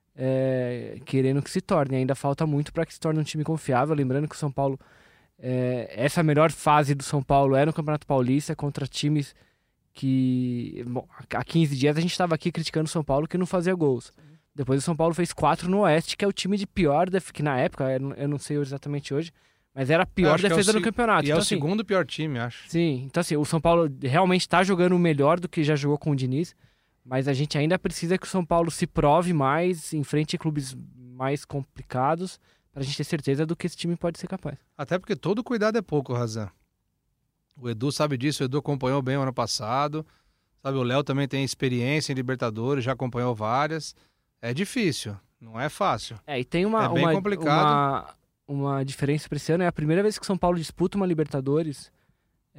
querendo que se torne. Ainda falta muito para que se torne um time confiável. Lembrando que o São Paulo, essa melhor fase do São Paulo é no Campeonato Paulista, contra times que... Bom, há 15 dias a gente estava aqui criticando o São Paulo que não fazia gols. Depois o São Paulo fez 4 no Oeste, que é o time de pior, que na época, eu não sei exatamente hoje, mas era a pior defesa do campeonato. E então, é o segundo pior time, acho. Sim, então assim, o São Paulo realmente está jogando melhor do que já jogou com o Diniz, mas a gente ainda precisa que o São Paulo se prove mais, enfrente clubes mais complicados, para a gente ter certeza do que esse time pode ser capaz. Até porque todo cuidado é pouco, Razan. O Edu sabe disso, o Edu acompanhou bem o ano passado, sabe, o Léo também tem experiência em Libertadores, já acompanhou várias. É difícil, não é fácil. E tem bem complicado. Uma diferença para esse ano. É a primeira vez que o São Paulo disputa uma Libertadores,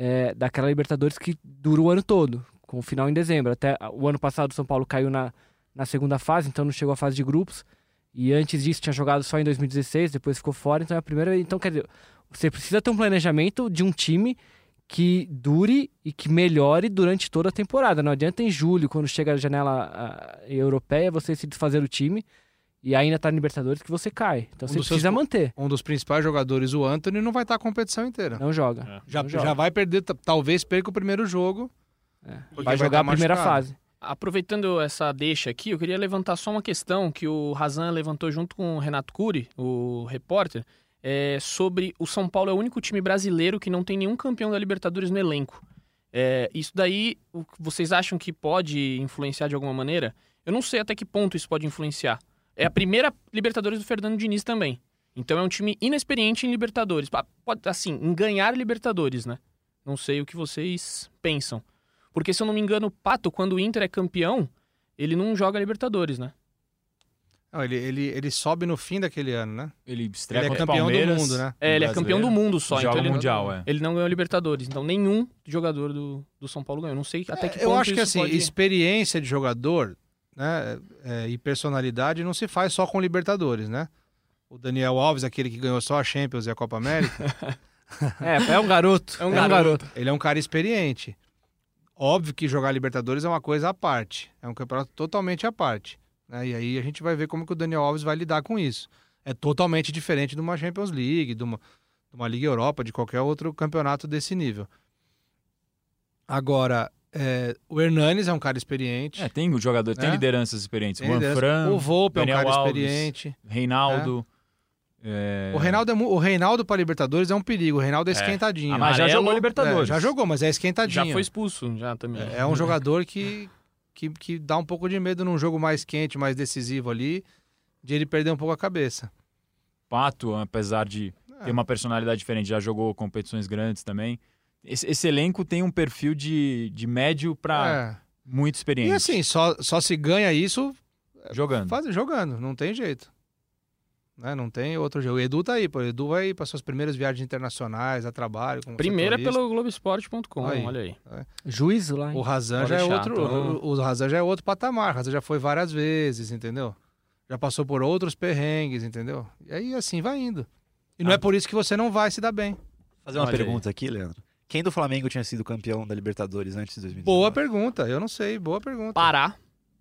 daquela Libertadores que dura o ano todo, com o final em dezembro. Até o ano passado o São Paulo caiu na na segunda fase, então não chegou à fase de grupos. E antes disso tinha jogado só em 2016, depois ficou fora, então é a primeira. Então, quer dizer, você precisa ter um planejamento de um time que dure e que melhore durante toda a temporada. Não adianta em julho, quando chega a janela europeia, você se desfazer do time e ainda tá na Libertadores que você cai. Então você precisa manter. Um dos principais jogadores, o Antony, não vai estar a competição inteira. Não joga. Já vai perder, talvez perca o primeiro jogo. Vai jogar a primeira fase. Aproveitando essa deixa aqui, eu queria levantar só uma questão que o Razan levantou junto com o Renato Cury, o repórter, sobre o São Paulo é o único time brasileiro que não tem nenhum campeão da Libertadores no elenco. Isso daí, vocês acham que pode influenciar de alguma maneira? Eu não sei até que ponto isso pode influenciar. É a primeira Libertadores do Fernando Diniz também. Então é um time inexperiente em Libertadores. Pode, assim, em ganhar Libertadores, né? Não sei o que vocês pensam. Porque, se eu não me engano, o Pato, quando o Inter é campeão, ele não joga Libertadores, né? Não, ele sobe no fim daquele ano, né? Ele estreia Ele é contra o campeão do Palmeiras, mundo, né? Ele é campeão do mundo só. Joga então o Mundial, ele não ganhou Libertadores. Então, nenhum jogador do São Paulo ganhou. Não sei até que ponto eu acho que, isso assim, pode... experiência de jogador, né, e personalidade não se faz só com Libertadores, né? O Daniel Alves, aquele que ganhou só a Champions e a Copa América... É um garoto. É um garoto. Ele é um cara experiente. Óbvio que jogar Libertadores é uma coisa à parte. É um campeonato totalmente à parte. Né? E aí a gente vai ver como que o Daniel Alves vai lidar com isso. É totalmente diferente de uma Champions League, de uma Liga Europa, de qualquer outro campeonato desse nível. Agora, o Hernanes é um cara experiente. Tem jugador, tem lideranças experientes. Tem liderança. Fran, o Volpe é um cara Alves, experiente. Reinaldo. O Reinaldo para Libertadores é um perigo. O Reinaldo é esquentadinho. Mas já jogou Libertadores. Já jogou, mas é esquentadinho. Já foi expulso, já também. É um jogador que dá um pouco de medo num jogo mais quente, mais decisivo ali, de ele perder um pouco a cabeça. Pato, apesar de ter uma personalidade diferente, já jogou competições grandes também. Esse elenco tem um perfil de médio para muito experiente. E assim, só se ganha isso jogando. Jogando, não tem jeito. Né? Não tem outro jeito. O Edu tá aí, pô. O Edu vai para suas primeiras viagens internacionais, a trabalho. Primeira é pelo Globoesporte.com, olha aí. Juízo lá, hein? O Razan já é outro. O Razan já é outro patamar. O Razan já foi várias vezes, entendeu? Já passou por outros perrengues, entendeu? E aí assim vai indo. E não é por isso que você não vai se dar bem. Fazer uma pergunta aqui, Leandro. Quem do Flamengo tinha sido campeão da Libertadores antes de 2019? Boa pergunta, eu não sei, boa pergunta. Pará.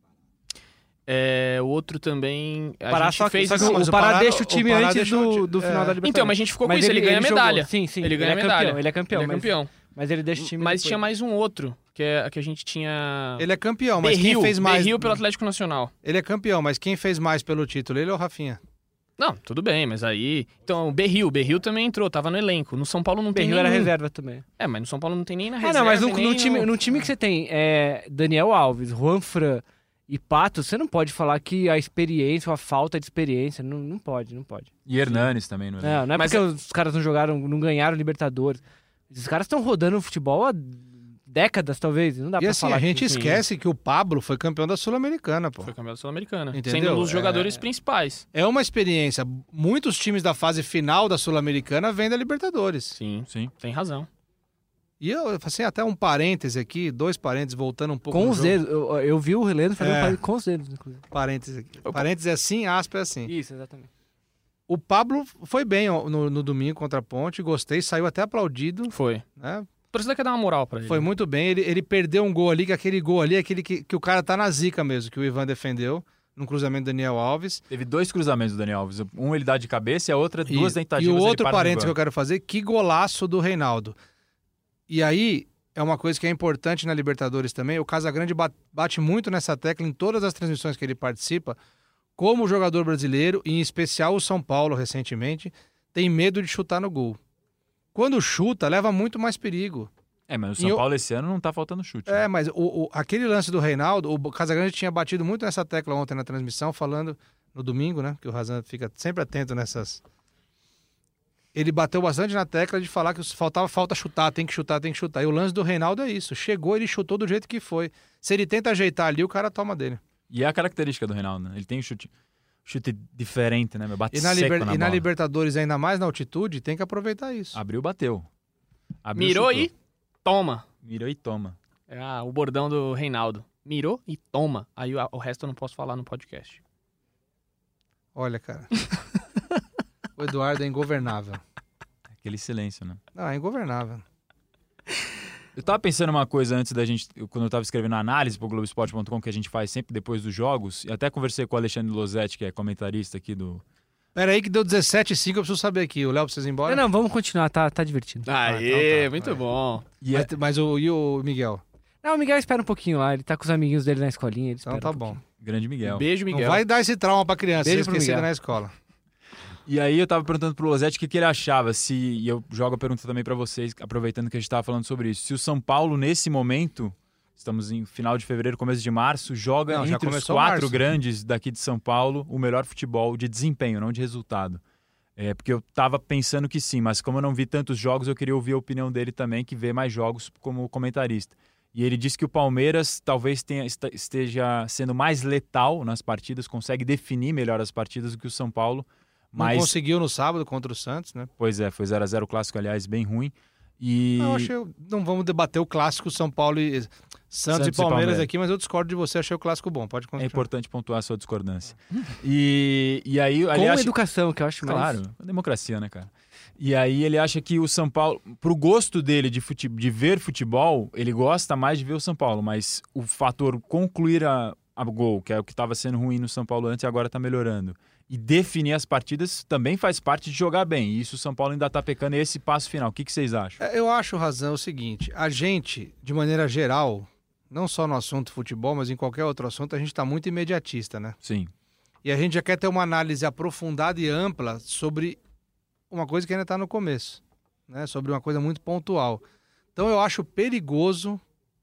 O outro também. Pará, só que o Pará deixa o time antes do final da Libertadores. Então, mas a gente ficou com isso, ele ganha medalha. Sim, ele ganha medalha. Ele é campeão. Mas ele deixa o time. Mas tinha mais um outro, que a gente tinha. Ele é campeão, mas quem fez mais. Berril pelo Atlético Nacional. Ele é campeão, mas quem fez mais pelo título, ele ou o Rafinha? Não, tudo bem, mas aí... Então, o Berril também entrou, tava no elenco. No São Paulo não tem Berril era reserva também. Mas no São Paulo não tem nem na reserva. Não, mas no time que você tem Daniel Alves, Juan Fran e Pato, você não pode falar que a experiência ou a falta de experiência, não pode. E Hernanes também, não é? Não é porque os caras não ganharam Libertadores. Esses caras estão rodando o futebol há décadas, talvez. Não dá pra falar. E assim, a gente esquece que o Pablo foi campeão da Sul-Americana, pô. Foi campeão da Sul-Americana. Entendeu? Sendo um dos jogadores principais. É uma experiência. Muitos times da fase final da Sul-Americana vêm da Libertadores. Sim, tem razão. E eu, assim, até um parêntese aqui, 2 parênteses, voltando um pouco com os dedos. Eu vi o Leandro fazendo parênteses com os dedos, inclusive. Parênteses aqui. Parênteses é assim, aspas é assim. Isso, exatamente. O Pablo foi bem no domingo contra a Ponte, gostei, saiu até aplaudido. Foi. Né? A torcida quer dar uma moral pra ele. Foi muito bem, ele perdeu um gol ali, que aquele gol ali é aquele que o cara tá na zica mesmo, que o Ivan defendeu, num cruzamento do Daniel Alves. Teve 2 cruzamentos do Daniel Alves, um ele dá de cabeça e a outra 2 tentativas. E o outro parênteses que eu quero fazer, que golaço do Reinaldo. E aí, é uma coisa que é importante na Libertadores também, o Casagrande bate muito nessa tecla em todas as transmissões que ele participa, como jogador brasileiro, e em especial o São Paulo recentemente, tem medo de chutar no gol. Quando chuta, leva muito mais perigo. Mas o São Paulo esse ano não tá faltando chute. Mas aquele lance do Reinaldo, o Casagrande tinha batido muito nessa tecla ontem na transmissão, falando no domingo, né? Que o Razan fica sempre atento nessas... Ele bateu bastante na tecla de falar que falta chutar, tem que chutar. E o lance do Reinaldo é isso. Chegou, ele chutou do jeito que foi. Se ele tenta ajeitar ali, o cara toma dele. E é a característica do Reinaldo, né? Ele tem um chute diferente, né? Bate e na Libertadores, ainda mais na altitude, tem que aproveitar isso. Abriu, bateu. Mirou e toma. Mirou e toma. O bordão do Reinaldo. mirou e toma. Aí o resto eu não posso falar no podcast. Olha, cara. O Eduardo é ingovernável. Aquele silêncio, né? Não, é ingovernável. Eu tava pensando uma coisa antes da gente, quando eu tava escrevendo a análise pro Globoesporte.com, que a gente faz sempre depois dos jogos, e até conversei com o Alexandre Losetti, que é comentarista aqui do... Pera aí que deu 17h05, eu preciso saber aqui. O Léo precisa ir embora? Não, vamos continuar, tá divertido. Aê, então tá, muito vai. bom. Mas e o Miguel? Não, o Miguel espera um pouquinho lá, ele tá com os amiguinhos dele na escolinha, ele Então espera tá um bom. pouquinho. Grande Miguel. Beijo, Não Miguel. vai dar esse trauma pra criança, Beijo ser pro esquecido Miguel. na escola. E aí eu tava perguntando pro Losetti o que ele achava, e eu jogo a pergunta também pra vocês, aproveitando que a gente tava falando sobre isso. Se o São Paulo, nesse momento, estamos em final de fevereiro, começo de março, joga Não, já entre os começou 4 março. grandes daqui de São Paulo o melhor futebol de desempenho, não de resultado. Porque eu tava pensando que sim, mas como eu não vi tantos jogos, eu queria ouvir a opinião dele também, que vê mais jogos como comentarista. E ele disse que o Palmeiras talvez esteja sendo mais letal nas partidas, consegue definir melhor as partidas do que o São Paulo. Não Mas, conseguiu no sábado contra o Santos, né? pois é, foi 0x0 o clássico, aliás, bem ruim. E Não, não vamos debater o clássico São Paulo e Santos e Palmeiras aqui, mas eu discordo de você, achei o clássico bom. Pode é continuar. importante pontuar a sua discordância. E aí, Com aliás, educação, que eu acho mais... claro, democracia, né, cara? E aí ele acha que o São Paulo, pro gosto dele de ver futebol, ele gosta mais de ver o São Paulo, mas o fator concluir a gol, que é o que estava sendo ruim no São Paulo antes e agora está melhorando, e definir as partidas também faz parte de jogar bem. E isso o São Paulo ainda está pecando, esse passo final. O que vocês acham? Eu acho, Razão, o seguinte, a gente, de maneira geral, não só no assunto futebol, mas em qualquer outro assunto, a gente está muito imediatista, né? Sim. E a gente já quer ter uma análise aprofundada e ampla sobre uma coisa que ainda está no começo, né? Sobre uma coisa muito pontual. Então eu acho perigoso,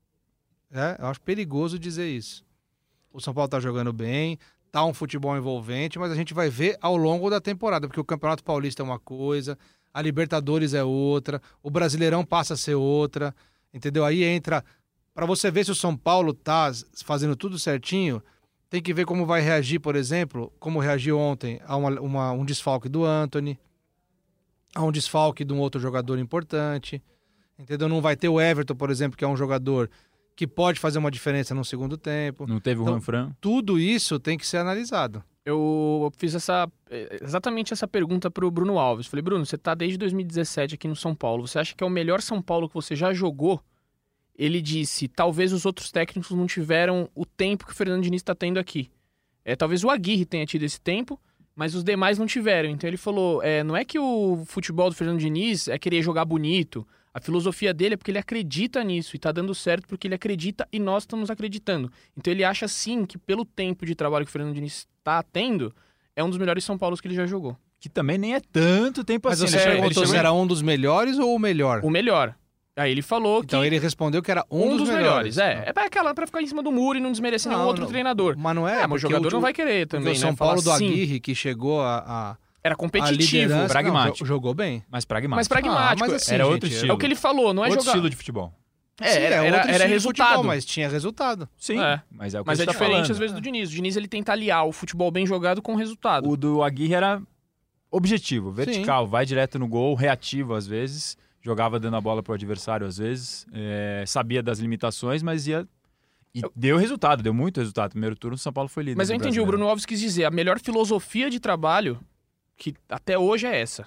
dizer isso. O São Paulo está jogando bem, tá um futebol envolvente, mas a gente vai ver ao longo da temporada, porque o Campeonato Paulista é uma coisa, a Libertadores é outra, o Brasileirão passa a ser outra, entendeu? Aí entra, para você ver se o São Paulo tá fazendo tudo certinho, tem que ver como vai reagir, por exemplo, como reagiu ontem a um desfalque do Antony, a um desfalque de um outro jogador importante, entendeu? Não vai ter o Everton, por exemplo, que é um jogador que pode fazer uma diferença no segundo tempo. Não teve o Então, Juan Fran? Tudo isso tem que ser analisado. Eu fiz exatamente essa pergunta pro Bruno Alves. Falei, Bruno, você tá desde 2017 aqui no São Paulo. Você acha que é o melhor São Paulo que você já jogou? Ele disse, talvez os outros técnicos não tiveram o tempo que o Fernando Diniz está tendo aqui. Talvez o Aguirre tenha tido esse tempo, mas os demais não tiveram. Então ele falou, não é que o futebol do Fernando Diniz é querer jogar bonito. A filosofia dele é porque ele acredita nisso e tá dando certo porque ele acredita e nós estamos acreditando. Então ele acha sim que pelo tempo de trabalho que o Fernando Diniz está tendo, é um dos melhores São Paulos que ele já jogou. Que também nem é tanto tempo Mas assim. você né? perguntou se era um dos melhores ou o melhor? O melhor. Aí ele falou Então que ele respondeu que era um dos melhores. É pra ficar em cima do muro e não desmerecer nenhum outro treinador. Mas não é, Mas o jogador não vai querer também, o São né? Paulo do Falar, sim, Aguirre, que chegou era a competitivo. liderança, pragmático. jogou bem. Mas pragmático. Mas pragmático. mas assim, Era gente, outro estilo. É o que ele falou, não é Outro jogar... estilo de futebol. Sim, outro Era estilo de resultado. futebol, mas tinha resultado. Sim, É. mas é o que Mas você é tá diferente falando. às vezes do Diniz. O Diniz ele tenta aliar o futebol bem jogado com o resultado. O do Aguirre era objetivo, vertical, vai direto no gol, reativo às vezes, jogava dando a bola pro adversário às vezes, sabia das limitações, mas ia... E deu resultado, deu muito resultado. Primeiro turno o São Paulo foi líder. Mas eu do entendi, o Brasileiro. Bruno Alves quis dizer, a melhor filosofia de trabalho, que até hoje é essa.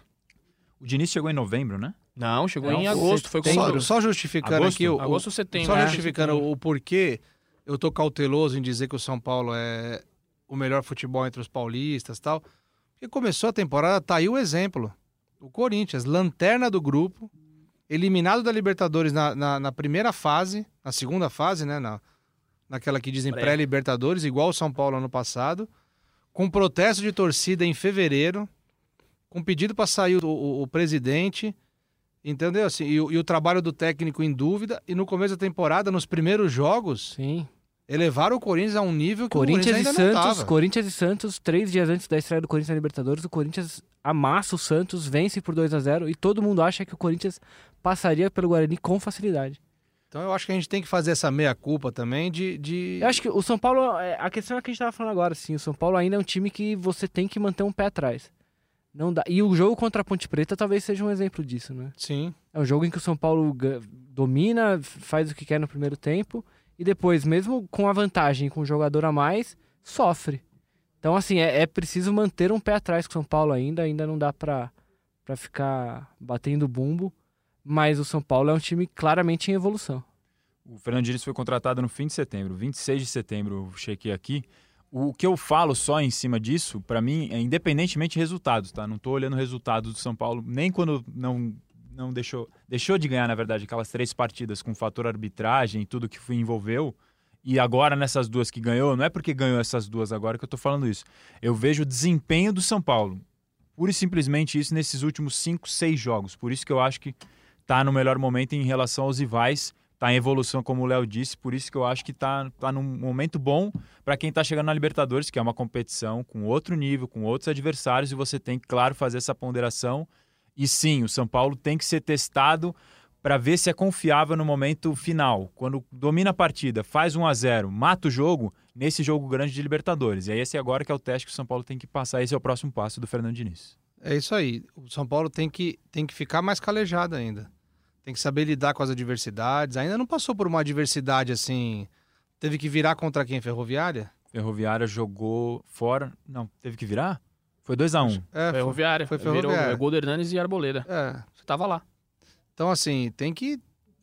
O Diniz chegou em novembro, né? Não, chegou Não, em agosto, foi com Só justificando Agosto? aqui agosto ou setembro. só né? justificando o porquê eu tô cauteloso em dizer que o São Paulo é o melhor futebol entre os paulistas e tal. Porque começou a temporada, tá aí o exemplo. O Corinthians, lanterna do grupo, eliminado da Libertadores na primeira fase, na segunda fase, né? Naquela que dizem pré-Libertadores, igual o São Paulo ano passado, com protesto de torcida em fevereiro, com pedido para sair o presidente, entendeu? Assim, e o trabalho do técnico em dúvida, e no começo da temporada, nos primeiros jogos, Sim. elevaram o Corinthians a um nível que Corinthians o Corinthians e ainda não Santos, estava. Corinthians e Santos, 3 dias antes da estreia do Corinthians na Libertadores, o Corinthians amassa o Santos, vence por 2-0 e todo mundo acha que o Corinthians passaria pelo Guarani com facilidade. Então eu acho que a gente tem que fazer essa meia-culpa também Eu acho que o São Paulo, a questão é a que a gente tava falando agora, assim, o São Paulo ainda é um time que você tem que manter um pé atrás. Não dá. E o jogo contra a Ponte Preta talvez seja um exemplo disso, né? Sim. É um jogo em que o São Paulo domina, faz o que quer no primeiro tempo e depois, mesmo com a vantagem, com o jogador a mais, sofre. Então, assim, é preciso manter um pé atrás com o São Paulo ainda não dá pra ficar batendo bumbo, mas o São Paulo é um time claramente em evolução. O Fernando Diniz foi contratado no fim de setembro, 26 de setembro, eu chequei aqui. O que eu falo só em cima disso, para mim, é independentemente de resultados, tá? Não tô olhando resultados do São Paulo, nem quando não deixou de ganhar, na verdade, aquelas 3 partidas com fator arbitragem e tudo que envolveu. E agora nessas 2 que ganhou, não é porque ganhou essas 2 agora que eu tô falando isso. Eu vejo o desempenho do São Paulo. Pura e simplesmente isso nesses últimos 5, 6 jogos. Por isso que eu acho que tá no melhor momento em relação aos rivais. Tá em evolução, como o Léo disse. Por isso que eu acho que tá num momento bom para quem tá chegando na Libertadores, que é uma competição com outro nível, com outros adversários. E você tem que, claro, fazer essa ponderação. E sim, o São Paulo tem que ser testado para ver se é confiável no momento final. Quando domina a partida, faz 1-0, mata o jogo, nesse jogo grande de Libertadores. E aí esse agora que é o teste que o São Paulo tem que passar. Esse é o próximo passo do Fernando Diniz. É isso aí. O São Paulo tem que ficar mais calejado ainda. Tem que saber lidar com as adversidades. Ainda não passou por uma adversidade assim... Teve que virar contra quem? Ferroviária? Ferroviária jogou fora... Não, teve que virar? Foi 2-1. Ferroviária. Foi Ferroviária. Virou gol do Hernanes e Arboleda. Você tava lá. Então, assim, tem que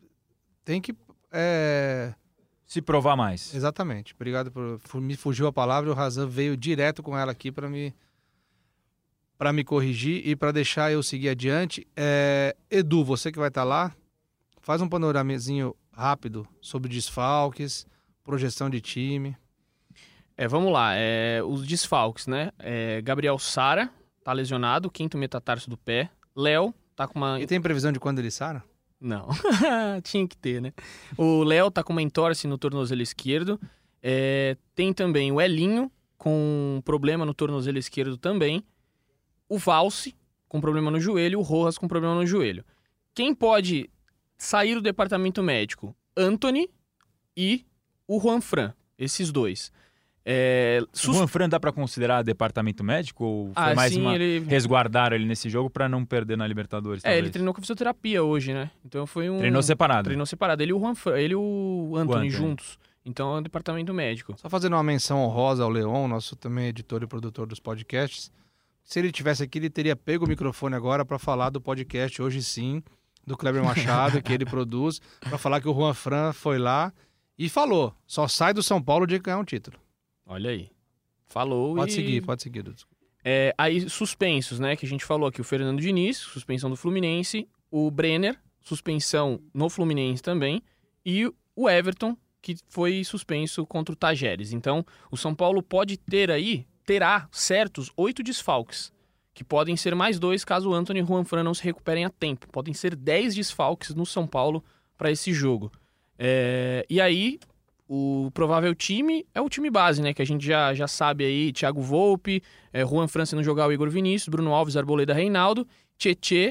se provar mais. Exatamente. Obrigado por me fugiu a palavra. O Razan veio direto com ela aqui para me corrigir e para deixar eu seguir adiante. Edu, você que vai estar lá, faz um panoramazinho rápido sobre desfalques, projeção de time. Vamos lá. Os desfalques, né? Gabriel Sara tá lesionado, 5º metatarso do pé. Léo tá com uma... E tem previsão de quando ele sara? Não. Tinha que ter, né? O Léo tá com uma entorse no tornozelo esquerdo. Tem também o Elinho com problema no tornozelo esquerdo também. O Valse com problema no joelho. O Rojas com problema no joelho. Quem pode sair do departamento médico? Antony e o Juanfran. Esses 2. O Juanfran dá pra considerar departamento médico? Ou foi mais sim, resguardar ele nesse jogo pra não perder na Libertadores? Ele treinou com fisioterapia hoje, né? Então foi um... Treinou separado. Treinou separado. Ele e o Antony juntos. Então é o departamento médico. Só fazendo uma menção honrosa ao Leon, nosso também editor e produtor dos podcasts. Se ele tivesse aqui, ele teria pego o microfone agora pra falar do podcast Hoje Sim, do Kleber Machado, que ele produz, pra falar que o Juanfran foi lá e falou, só sai do São Paulo de ganhar um título. Olha aí. Falou pode seguir, Dudu. Aí, suspensos, né? Que a gente falou aqui. O Fernando Diniz, suspensão do Fluminense. O Brenner, suspensão no Fluminense também. E o Everton, que foi suspenso contra o Tajeres. Então, o São Paulo terá certos 8 desfalques. Que podem ser mais 2 caso o Antony e o Juanfran não se recuperem a tempo. Podem ser 10 desfalques no São Paulo para esse jogo. E aí... O provável time é o time base, né? Que a gente já sabe aí. Thiago Volpe, Juanfran se não jogar, o Igor Vinícius, Bruno Alves, Arboleda, Reinaldo, Tietê,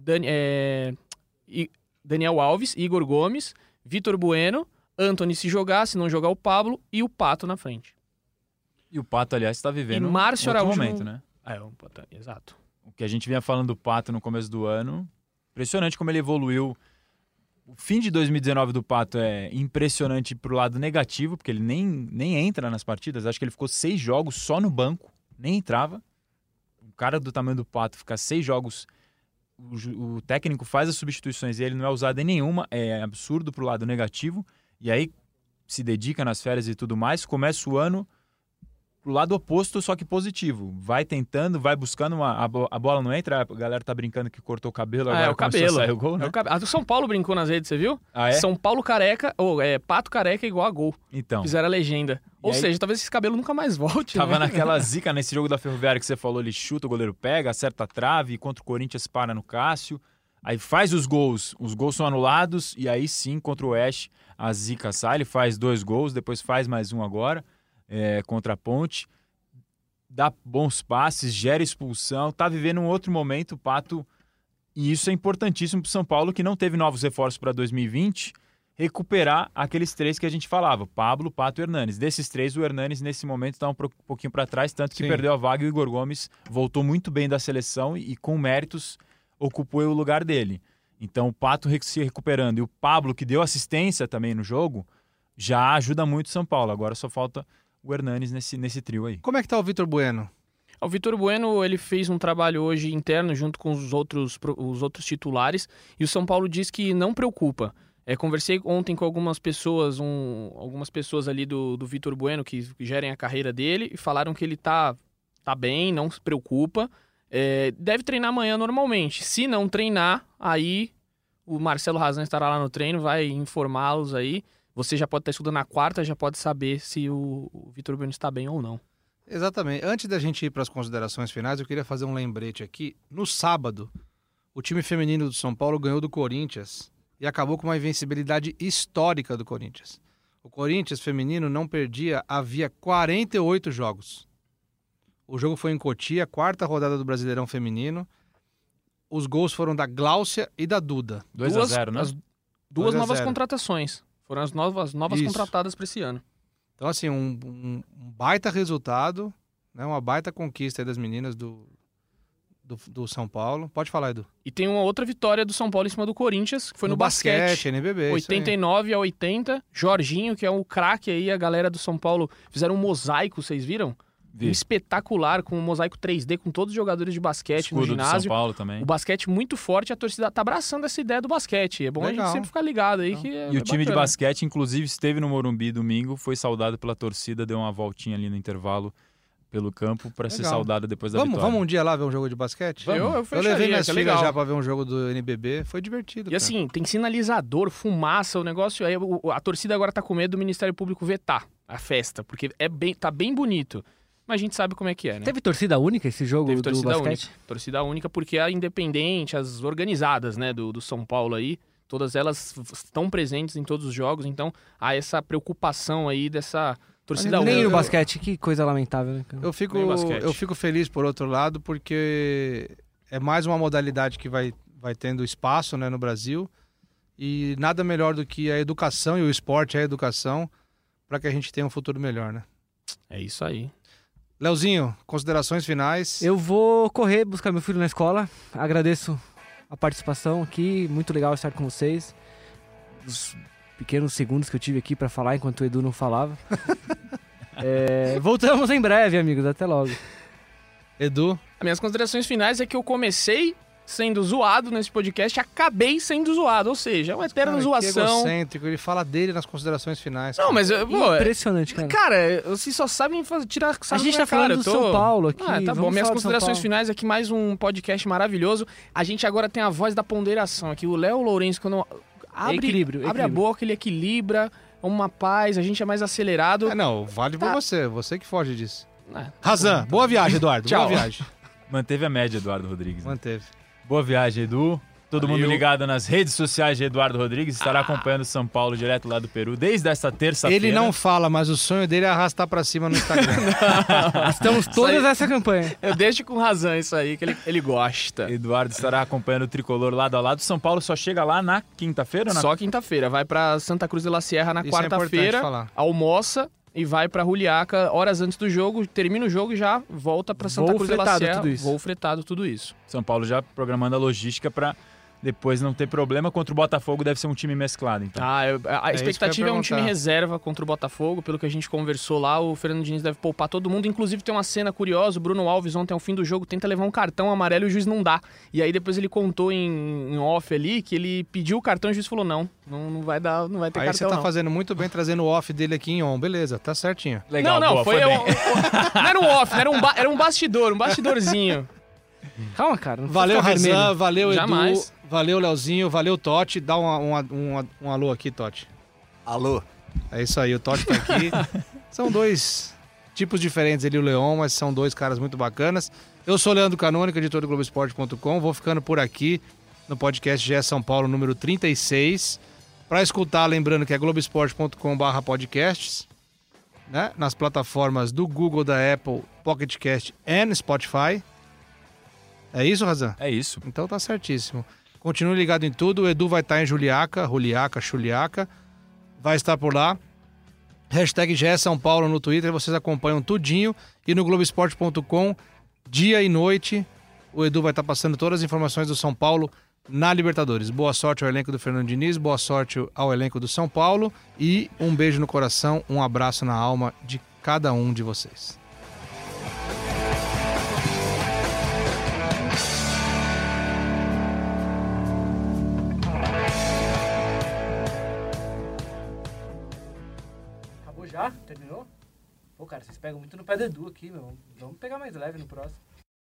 Daniel Alves, Igor Gomes, Vitor Bueno, Antony se jogar, se não jogar o Pablo e o Pato na frente. E o Pato, aliás, está vivendo Márcio outro Araújo momento, né? Exato. O que a gente vinha falando do Pato no começo do ano, impressionante como ele evoluiu. O fim de 2019 do Pato é impressionante pro lado negativo, porque ele nem entra nas partidas. Acho que ele ficou 6 jogos só no banco, nem entrava. Um cara do tamanho do Pato ficar 6 jogos, o técnico faz as substituições e ele não é usado em nenhuma. É absurdo pro lado negativo. E aí se dedica nas férias e tudo mais. Começa o ano pro lado oposto, só que positivo. Vai tentando, vai buscando, a bola não entra, a galera tá brincando que cortou o cabelo, agora o cabelo. Saiu o gol, né? A do São Paulo brincou nas redes, você viu? Ah, é? São Paulo careca, Pato careca igual a gol. Então. Fizeram a legenda. Ou seja, talvez esse cabelo nunca mais volte, Tava né? naquela zica nesse jogo da Ferroviária que você falou, ele chuta, o goleiro pega, acerta a trave, contra o Corinthians para no Cássio, aí faz os gols são anulados, e aí sim, contra o Oeste, a zica sai, ele faz 2 gols, depois faz mais um agora, contra a Ponte. Dá bons passes, gera expulsão, tá vivendo um outro momento, o Pato, e isso é importantíssimo pro São Paulo, que não teve novos reforços para 2020, recuperar aqueles 3 que a gente falava, Pablo, Pato e Hernanes. Desses 3, o Hernanes nesse momento está um pouquinho para trás, tanto que perdeu a vaga e o Igor Gomes voltou muito bem da seleção e com méritos ocupou o lugar dele. Então o Pato se recuperando e o Pablo, que deu assistência também no jogo, já ajuda muito o São Paulo. Agora só falta o Hernanes nesse trio aí. Como é que tá o Vitor Bueno? O Vitor Bueno, ele fez um trabalho hoje interno junto com os outros titulares e o São Paulo diz que não preocupa. Conversei ontem com algumas pessoas ali do Vitor Bueno que gerem a carreira dele e falaram que ele tá bem, não se preocupa. Deve treinar amanhã normalmente. Se não treinar, aí o Marcelo Razan estará lá no treino, vai informá-los aí. Você já pode estar estudando na quarta, já pode saber se o Vitor Bueno está bem ou não. Exatamente. Antes da gente ir para as considerações finais, eu queria fazer um lembrete aqui. No sábado, o time feminino do São Paulo ganhou do Corinthians e acabou com uma invencibilidade histórica do Corinthians. O Corinthians feminino não perdia havia 48 jogos. O jogo foi em Cotia, quarta rodada do Brasileirão Feminino. Os gols foram da Gláucia e da Duda. 2-0, né? Duas 2-0. novas contratações. Foram as novas Isso. contratadas para esse ano. Então, assim, um baita resultado, né? Uma baita conquista aí das meninas do São Paulo. Pode falar, Edu. E tem uma outra vitória do São Paulo em cima do Corinthians, que foi no basquete. NBB. 89-80. Jorginho, que é um craque aí, a galera do São Paulo fizeram um mosaico, vocês viram? Vi. Um espetacular, com um mosaico 3D, com todos os jogadores de basquete Escudo no ginásio. do São Paulo também. O basquete muito forte, a torcida tá abraçando essa ideia do basquete. É bom Legal. a gente sempre ficar ligado aí. Que E o time de basquete, inclusive, esteve no Morumbi domingo, foi saudado pela torcida, deu uma voltinha ali no intervalo pelo campo para ser Legal. saudado depois da vitória. Vamos um dia lá ver um jogo de basquete? Eu fecharia, levei minhas que é filhas legal. já pra ver um jogo do NBB. Foi divertido, E cara. assim, tem sinalizador, fumaça, o negócio. Aí a torcida agora tá com medo do Ministério Público vetar a festa, porque tá bem bonito. Mas a gente sabe como é que é, né? Teve torcida única esse jogo Teve do torcida basquete? única. Torcida única porque a independente, as organizadas, né, do São Paulo aí, todas elas estão presentes em todos os jogos, então há essa preocupação aí dessa torcida Nem única. o basquete, que coisa lamentável, né, cara? Eu basquete. fico feliz por outro lado, porque é mais uma modalidade que vai tendo espaço, né, no Brasil. E nada melhor do que a educação, e o esporte é a educação, para que a gente tenha um futuro melhor, né? É isso aí. Leozinho, considerações finais. Eu vou correr buscar meu filho na escola. Agradeço a participação aqui. Muito legal estar com vocês. Os pequenos segundos que eu tive aqui para falar enquanto o Edu não falava. Voltamos em breve, amigos. Até logo. Edu, As minhas considerações finais é que eu comecei sendo zoado nesse podcast, acabei sendo zoado, ou seja, é uma eterna cara, que zoação. egocêntrico, ele fala dele nas considerações finais. Não, mas Impressionante, cara. cara, vocês só sabem tirar A gente tá falando do São Paulo aqui. Ah, tá vamos bom. Minhas falar do São considerações Paulo. finais aqui, mais um podcast maravilhoso. A gente agora tem a voz da ponderação aqui. O Léo Lourenço, quando abre a boca, ele equilibra, uma paz, a gente é mais acelerado. Não, vale pra você que foge disso. Ah, Razan, boa viagem, Eduardo. Tchau. Boa viagem. Manteve a média, Eduardo Rodrigues. Né? Manteve. Boa viagem, Edu. Todo Valeu. mundo ligado nas redes sociais de Eduardo Rodrigues. Estará acompanhando o São Paulo direto lá do Peru desde esta terça-feira. Ele não fala, mas o sonho dele é arrastar pra cima no Instagram. Estamos todas nessa campanha. Eu deixo com razão isso aí, que ele gosta. Eduardo estará acompanhando o tricolor lado a lado. São Paulo só chega lá na quinta-feira? Ou na... Só quinta-feira. Vai pra Santa Cruz de la Sierra na Isso é importante quarta-feira, falar. almoça e vai pra Juliaca horas antes do jogo, termina o jogo e já volta pra Santa Voo Cruz de la fretado, Sierra. tudo isso. Voo fretado, tudo isso. São Paulo já programando a logística para depois não ter problema. Contra o Botafogo deve ser um time mesclado, então. A isso que eu ia expectativa é um time perguntar. reserva contra o Botafogo, pelo que a gente conversou lá, o Fernando Diniz deve poupar todo mundo, inclusive tem uma cena curiosa, o Bruno Alves ontem ao fim do jogo tenta levar um cartão amarelo e o juiz não dá, e aí depois ele contou em off ali que ele pediu o cartão e o juiz falou não vai dar, não vai ter Aí cartão você tá não. fazendo muito bem trazendo o off dele aqui em on. Beleza, tá certinho. Legal, não, boa, foi bem. não era um off, era um bastidor, um bastidorzinho. Calma, cara. Não Valeu, fica vermelho. Razan, valeu, Jamais. Edu, valeu, Leozinho, valeu, Totti. Dá um alô aqui, Totti. Alô? É isso aí, o Totti tá aqui. São dois tipos diferentes, ele e o Leon, mas são dois caras muito bacanas. Eu sou o Leandro Canônica, editor do Globoesporte.com. Vou ficando por aqui no podcast GE São Paulo, número 36. Para escutar, lembrando que é globoesporte.com/podcasts, né? Nas plataformas do Google, da Apple, Pocket Cast e Spotify. É isso, Razan? É isso. Então tá certíssimo. Continue ligado em tudo. O Edu vai estar em Juliaca, Chuliaca. Vai estar por lá. Hashtag GE São Paulo no Twitter. Vocês acompanham tudinho. E no Globoesporte.com, dia e noite, o Edu vai estar passando todas as informações do São Paulo na Libertadores. Boa sorte ao elenco do Fernando Diniz, boa sorte ao elenco do São Paulo e um beijo no coração, um abraço na alma de cada um de vocês. Acabou já? Terminou? Pô, cara, vocês pegam muito no pé do Edu aqui, meu. Vamos pegar mais leve no próximo.